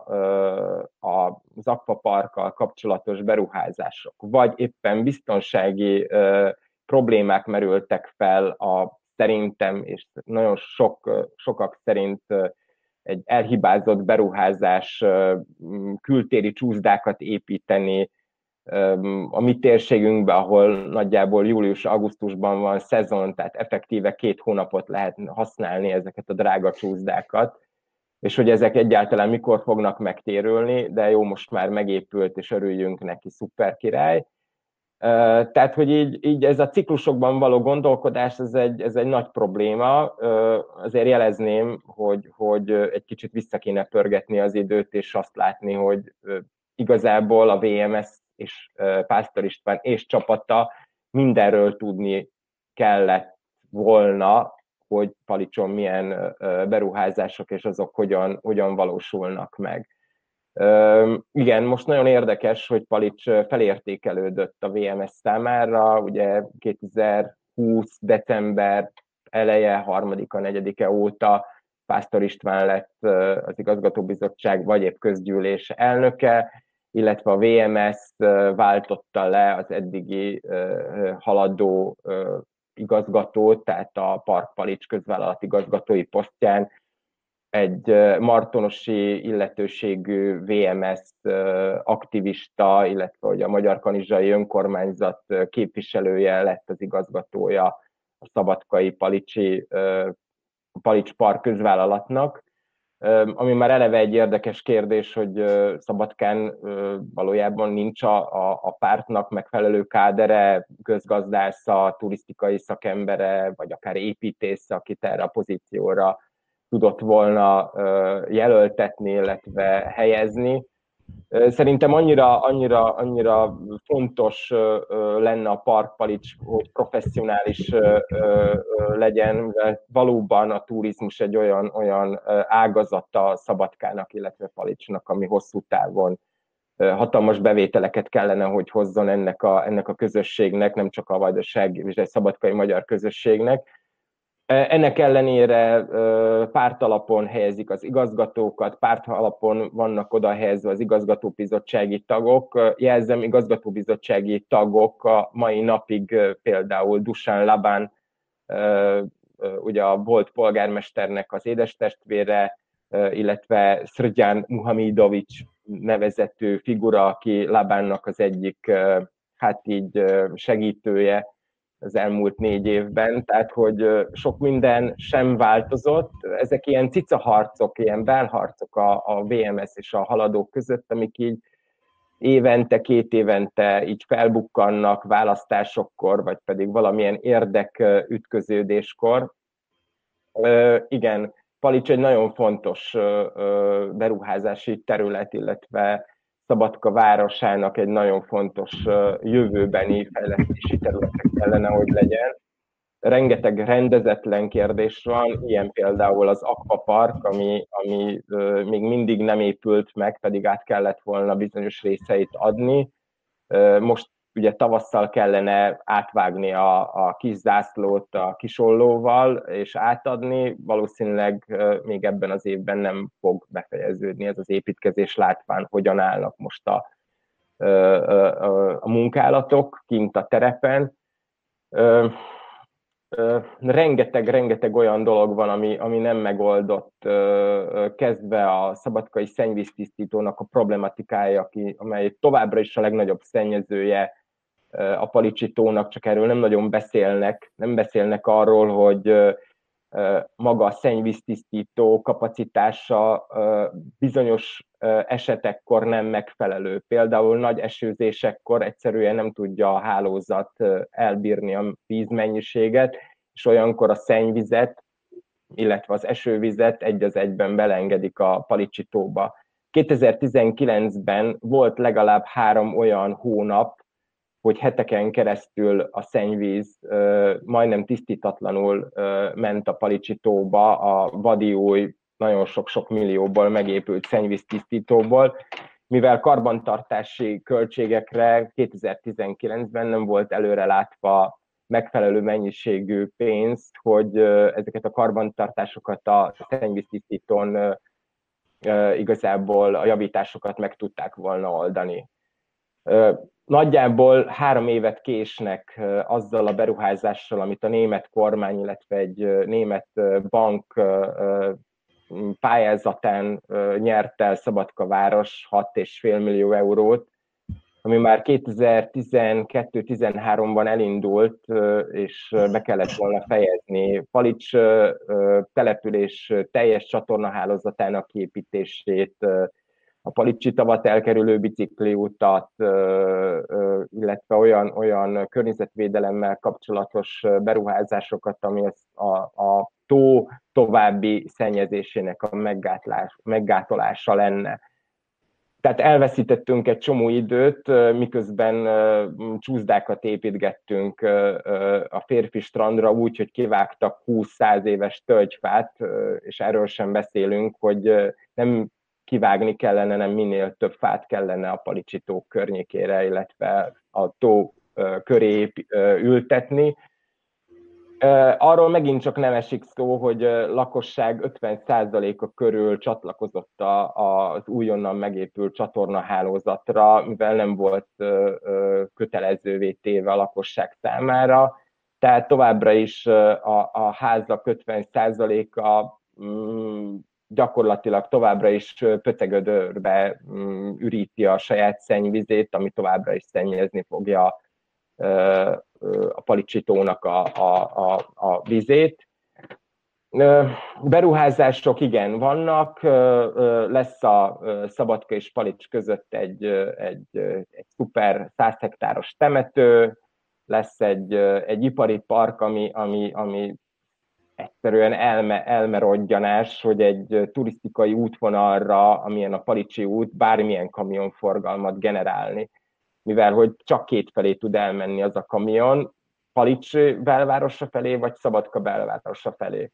az akvaparkkal kapcsolatos beruházások, vagy éppen biztonsági problémák merültek fel a szerintem, és nagyon sok, sokak szerint egy elhibázott beruházás, kültéri csúszdákat építeni a mi térségünkben, ahol nagyjából július-augusztusban van szezon, tehát effektíve két hónapot lehet használni ezeket a drága csúszdákat, és hogy ezek egyáltalán mikor fognak megtérülni, de jó, most már megépült, és örüljünk neki, szuper király. Tehát, hogy így, így ez a ciklusokban való gondolkodás, ez egy, ez egy nagy probléma. Azért jelezném, hogy, hogy egy kicsit vissza kéne pörgetni az időt, és azt látni, hogy igazából a vé em es és Pásztor István és csapata mindenről tudni kellett volna, hogy Palicson milyen beruházások és azok hogyan, hogyan valósulnak meg. Igen, most nagyon érdekes, hogy Palics felértékelődött a vé em es számára, ugye kétezer-húsz. december eleje, harmadika, negyedike óta Pásztor István lett az igazgatóbizottság vagy épp közgyűlés elnöke, illetve a vé em es váltotta le az eddigi Haladó igazgatót, tehát a Park Palics közvállalat igazgatói posztján egy martonosi illetőségű vé em es aktivista, illetve hogy a Magyar Kanizsai Önkormányzat képviselője lett az igazgatója a szabadkai Palicsi Palics Park közvállalatnak. Ami már eleve egy érdekes kérdés, hogy Szabadkán valójában nincs a, a, a pártnak megfelelő kádere, közgazdásza, turisztikai szakembere, vagy akár építész, akit erre a pozícióra tudott volna jelöltetni, illetve helyezni. Szerintem annyira, annyira, annyira fontos lenne a Park Palics, hogy professzionális legyen, mert valóban a turizmus egy olyan, olyan ágazata Szabadkának, illetve Palicsnak, ami hosszú távon hatalmas bevételeket kellene, hogy hozzon ennek a, ennek a közösségnek, nem csak a vajdaság és egy szabadkai magyar közösségnek. Ennek ellenére pártalapon helyezik az igazgatókat, pártalapon vannak oda helyezve az igazgatóbizottsági tagok. Jelzem, igazgatóbizottsági tagok a mai napig például Dusan Laban, ugye a volt polgármesternek az édestestvére, illetve Srdjan Muhamidovics nevezetű figura, aki Labannak az egyik, hát így segítője az elmúlt négy évben, tehát hogy sok minden sem változott. Ezek ilyen cicaharcok, ilyen belharcok a, a vé em es és a Haladók között, amik így évente, két évente így felbukkannak választásokkor, vagy pedig valamilyen érdekütköződéskor. Igen, Palics egy nagyon fontos beruházási terület, illetve Szabadka városának egy nagyon fontos jövőbeni fejlesztési területek kellene, hogy legyen. Rengeteg rendezetlen kérdés van, ilyen például az akvapark, ami, ami még mindig nem épült meg, pedig át kellett volna bizonyos részeit adni. Most ugye tavasszal kellene átvágni a, a kis zászlót a kisollóval és átadni, valószínűleg még ebben az évben nem fog befejeződni ez az építkezés, látván hogyan állnak most a, a, a munkálatok kint a terepen. Rengeteg-rengeteg olyan dolog van, ami, ami nem megoldott, kezdve a szabadkai szennyvíztisztítónak a problematikája, aki, amely továbbra is a legnagyobb szennyezője a Palicsi tónak, csak erről nem nagyon beszélnek. Nem beszélnek arról, hogy maga a szennyvíztisztító kapacitása bizonyos esetekkor nem megfelelő. Például nagy esőzésekkor egyszerűen nem tudja a hálózat elbírni a vízmennyiséget, és olyankor a szennyvizet, illetve az esővizet egy az egyben beleengedik a Palicsi tóba. kétezer-tizenkilencben volt legalább három olyan hónap, hogy heteken keresztül a szennyvíz majdnem tisztítatlanul ment a Palicsi tóba, a vadi új, nagyon sok-sok millióból megépült szennyvíztisztítóból, mivel karbantartási költségekre kétezer-tizenkilencben nem volt előrelátva megfelelő mennyiségű pénzt, hogy ezeket a karbantartásokat a szennyvíztisztítón igazából a javításokat meg tudták volna oldani. Nagyjából három évet késnek azzal a beruházással, amit a német kormány, illetve egy német bank pályázatán nyert el Szabadkaváros hat egész öt millió eurót, ami már kétezer-tizenkettő-tizenháromban elindult, és be kellett volna fejezni. Palics település teljes csatornahálózatának kiépítését, a Palicsi tavat elkerülő bicikliutat, illetve olyan, olyan környezetvédelemmel kapcsolatos beruházásokat, ami a, a tó további szennyezésének a meggátolása lenne. Tehát elveszítettünk egy csomó időt, miközben csúszdákat építgettünk a Férfi strandra úgy, hogy kivágtak húsz-száz éves tölgyfát, és erről sem beszélünk, hogy nem kivágni kellene, nem minél több fát kellene a Palicsi tó környékére, illetve a tó köré ültetni. Arról megint csak nem esik szó, hogy lakosság ötven százaléka körül csatlakozott az újonnan megépült csatornahálózatra, mivel nem volt kötelezővé téve a lakosság számára. Tehát továbbra is a, a házak ötven százaléka gyakorlatilag továbbra is pöcegödörbe üríti a saját szennyvizét, ami továbbra is szennyezni fogja a Palicsi tónak a, a, a, a vizét. Beruházások igen vannak, lesz a Szabadka és Palics között egy, egy, egy szuper száz hektáros temető, lesz egy, egy ipari park, ami, ami, ami egyszerűen elme, elmerodjanás, hogy egy turisztikai útvonalra, amilyen a Palicsi út, bármilyen kamionforgalmat generálni. Mivel hogy csak kétfelé tud elmenni az a kamion, Palics belvárosa felé, vagy Szabadka belvárosa felé.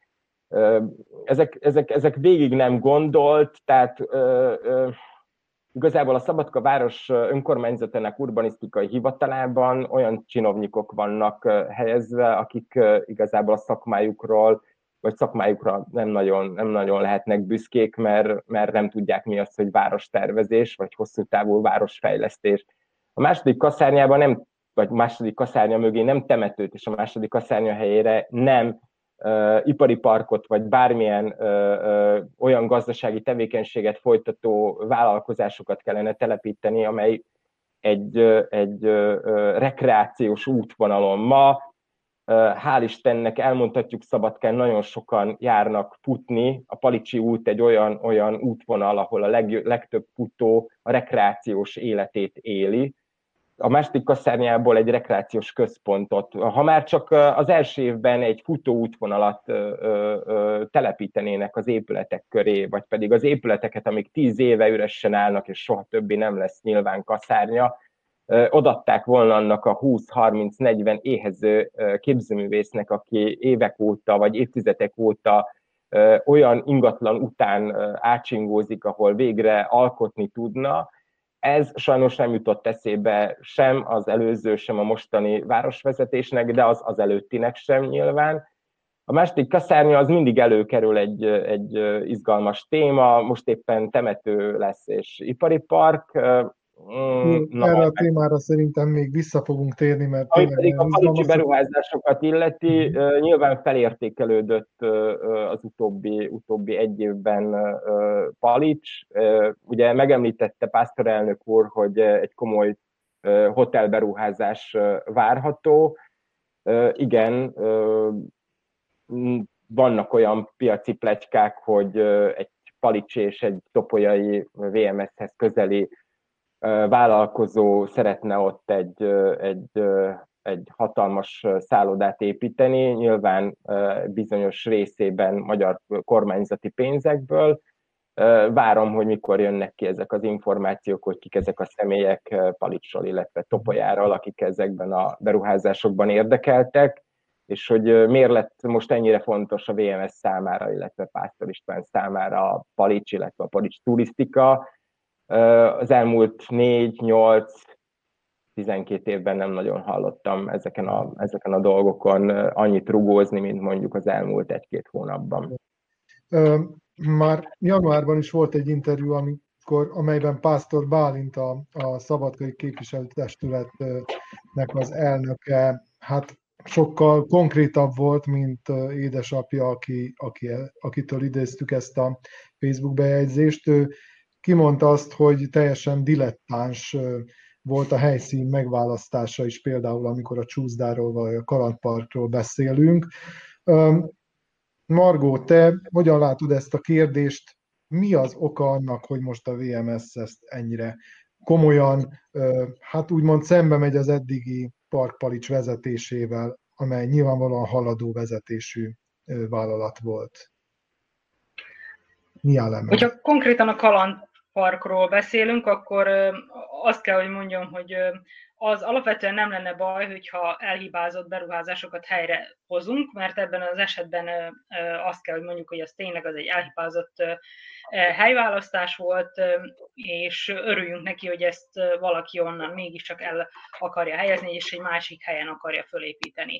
Ezek, ezek, ezek végig nem gondolt, tehát ö, ö, igazából a Szabadka város önkormányzatának urbanisztikai hivatalában olyan csinovnyikok vannak helyezve, akik igazából a szakmájukról, vagy szakmájukra nem nagyon, nem nagyon lehetnek büszkék, mert, mert nem tudják mi az, hogy várostervezés, vagy hosszú távú városfejlesztés. A második kaszárnyában nem, vagy második kaszárnya mögé nem temetőt, és a második kaszárnya helyére nem uh, ipari parkot, vagy bármilyen uh, uh, olyan gazdasági tevékenységet folytató vállalkozásokat kellene telepíteni, amely egy, uh, egy uh, uh, rekreációs útvonalon ma, uh, hál' Istennek elmondhatjuk, Szabadkán nagyon sokan járnak futni. A Palicsi út egy olyan, olyan útvonal, ahol a leg, legtöbb futó a rekreációs életét éli. A második kaszárnyából egy rekreációs központot, ha már csak az első évben egy futóútvonalat telepítenének az épületek köré, vagy pedig az épületeket, amik tíz éve üresen állnak, és soha többé nem lesz nyilván kaszárnya, odaadták volna annak a húsz-harminc-negyven éhező képzőművésznek, aki évek óta, vagy évtizedek óta olyan ingatlan után átsingózik, ahol végre alkotni tudna. Ez sajnos nem jutott eszébe sem az előző, sem a mostani városvezetésnek, de az az előttinek sem nyilván. A második kaszárnya az mindig előkerül egy, egy izgalmas téma, most éppen temető lesz és ipari park. Mm, Na, erre a témára szerintem még vissza fogunk térni, mert ami pedig a palicsi beruházásokat illeti, uh, nyilván felértékelődött uh, az utóbbi, utóbbi egy évben uh, Palics. Uh, ugye megemlítette Pásztor elnök úr, hogy egy komoly uh, hotelberuházás uh, várható. Uh, igen, uh, vannak olyan piaci pletykák, hogy egy Palics és egy topolyai vé em es-hez közeli vállalkozó szeretne ott egy, egy, egy hatalmas szállodát építeni, nyilván bizonyos részében magyar kormányzati pénzekből. Várom, hogy mikor jönnek ki ezek az információk, hogy kik ezek a személyek Palicsról, illetve Topolyáról, akik ezekben a beruházásokban érdekeltek, és hogy miért lett most ennyire fontos a vé em es számára, illetve Pásztor István számára a Palics, illetve a Palics turisztika. Az elmúlt négy, nyolc, tizenkét évben nem nagyon hallottam ezeken a, ezeken a dolgokon annyit rugózni, mint mondjuk az elmúlt egy-két hónapban. Már januárban is volt egy interjú, amikor, amelyben Pásztor Bálint, a, a Szabadkai Képviselőtestületnek az elnöke, hát sokkal konkrétabb volt, mint édesapja, aki, aki, akitől idéztük ezt a Facebook bejegyzést. Ő kimondta azt, hogy teljesen dilettáns volt a helyszín megválasztása is, például amikor a Csúszdáról vagy a Kalandparkról beszélünk. Margó, te hogyan látod ezt a kérdést? Mi az oka annak, hogy most a vé em es ezt ennyire komolyan, hát úgymond szembe megy az eddigi Park Palics vezetésével, amely nyilvánvalóan haladó vezetésű vállalat volt? Mi áll emellett? Hogyha konkrétan a Kalandparkról beszélünk, akkor azt kell, hogy mondjam, hogy az alapvetően nem lenne baj, hogyha elhibázott beruházásokat helyre hozunk, mert ebben az esetben azt kell, hogy mondjuk, hogy ez tényleg az egy elhibázott helyválasztás volt, és örüljünk neki, hogy ezt valaki onnan mégiscsak el akarja helyezni, és egy másik helyen akarja fölépíteni.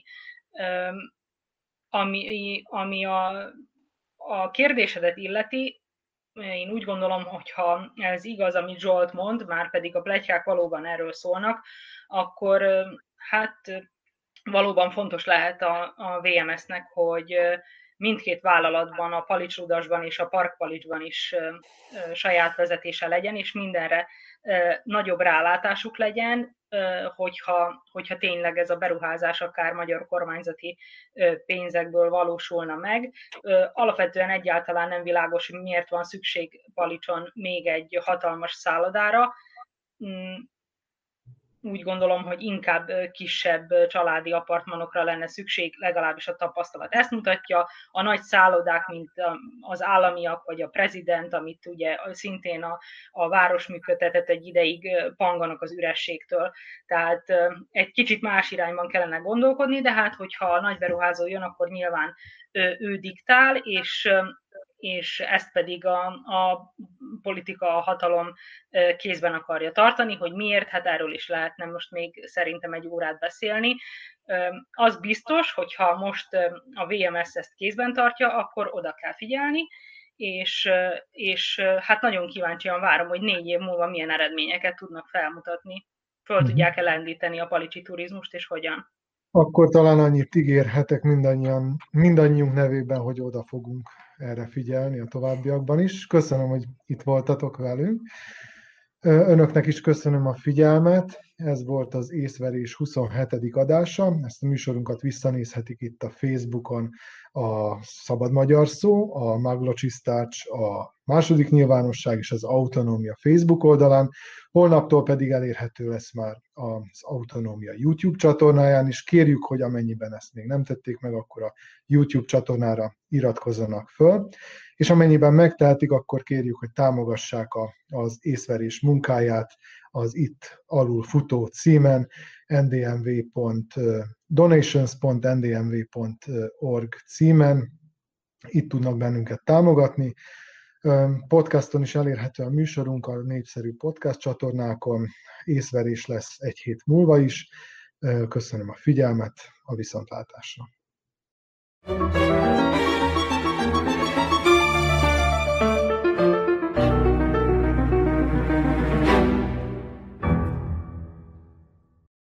Ami, ami a, a kérdésedet illeti, én úgy gondolom, hogy ha ez igaz, amit Zsolt mond, már pedig a pletykák valóban erről szólnak, akkor hát valóban fontos lehet a, a vé em es-nek, hogy mindkét vállalatban, a Palics Rudasban és a Park Palicsban is saját vezetése legyen, és mindenre nagyobb rálátásuk legyen, hogyha, hogyha tényleg ez a beruházás akár magyar kormányzati pénzekből valósulna meg. Alapvetően egyáltalán nem világos, hogy miért van szükség Palicson még egy hatalmas szállodára. Úgy gondolom, hogy inkább kisebb családi apartmanokra lenne szükség, legalábbis a tapasztalat ezt mutatja. A nagy szállodák, mint az államiak, vagy a Prezident, amit ugye szintén a, a város működtetett egy ideig, panganak az ürességtől. Tehát egy kicsit más irányban kellene gondolkodni, de hát, hogyha a nagy beruházó jön, akkor nyilván ő, ő diktál, és és ezt pedig a, a politika, a hatalom kézben akarja tartani, hogy miért, hát erről is lehetne most még szerintem egy órát beszélni. Az biztos, hogyha most a vé em es ezt kézben tartja, akkor oda kell figyelni, és, és hát nagyon kíváncsian várom, hogy négy év múlva milyen eredményeket tudnak felmutatni. Föl uh-huh. tudják elendíteni a palicsi turizmust, és hogyan. Akkor talán annyit ígérhetek mindannyian, mindannyiunk nevében, hogy oda fogunk erre figyelni a továbbiakban is. Köszönöm, hogy itt voltatok velünk. Önöknek is köszönöm a figyelmet. Ez volt az Észverés huszonhetedik adása. Ezt a műsorunkat visszanézhetik itt a Facebookon, a Szabad Magyar Szó, a Maglocsisztács, a Második Nyilvánosság és az Autonómia Facebook oldalán. Holnaptól pedig elérhető lesz már az Autonómia YouTube csatornáján is. Kérjük, hogy amennyiben ezt még nem tették meg, akkor a YouTube csatornára iratkozzanak föl, és amennyiben megtehetik, akkor kérjük, hogy támogassák a, az észverés munkáját az itt alul futó címen n d m v pont donations pont n d m v pont org címen. Itt tudnak bennünket támogatni. Podcaston is elérhető a műsorunk a népszerű podcast csatornákon. Észverés lesz egy hét múlva is. Köszönöm a figyelmet, a viszontlátásra.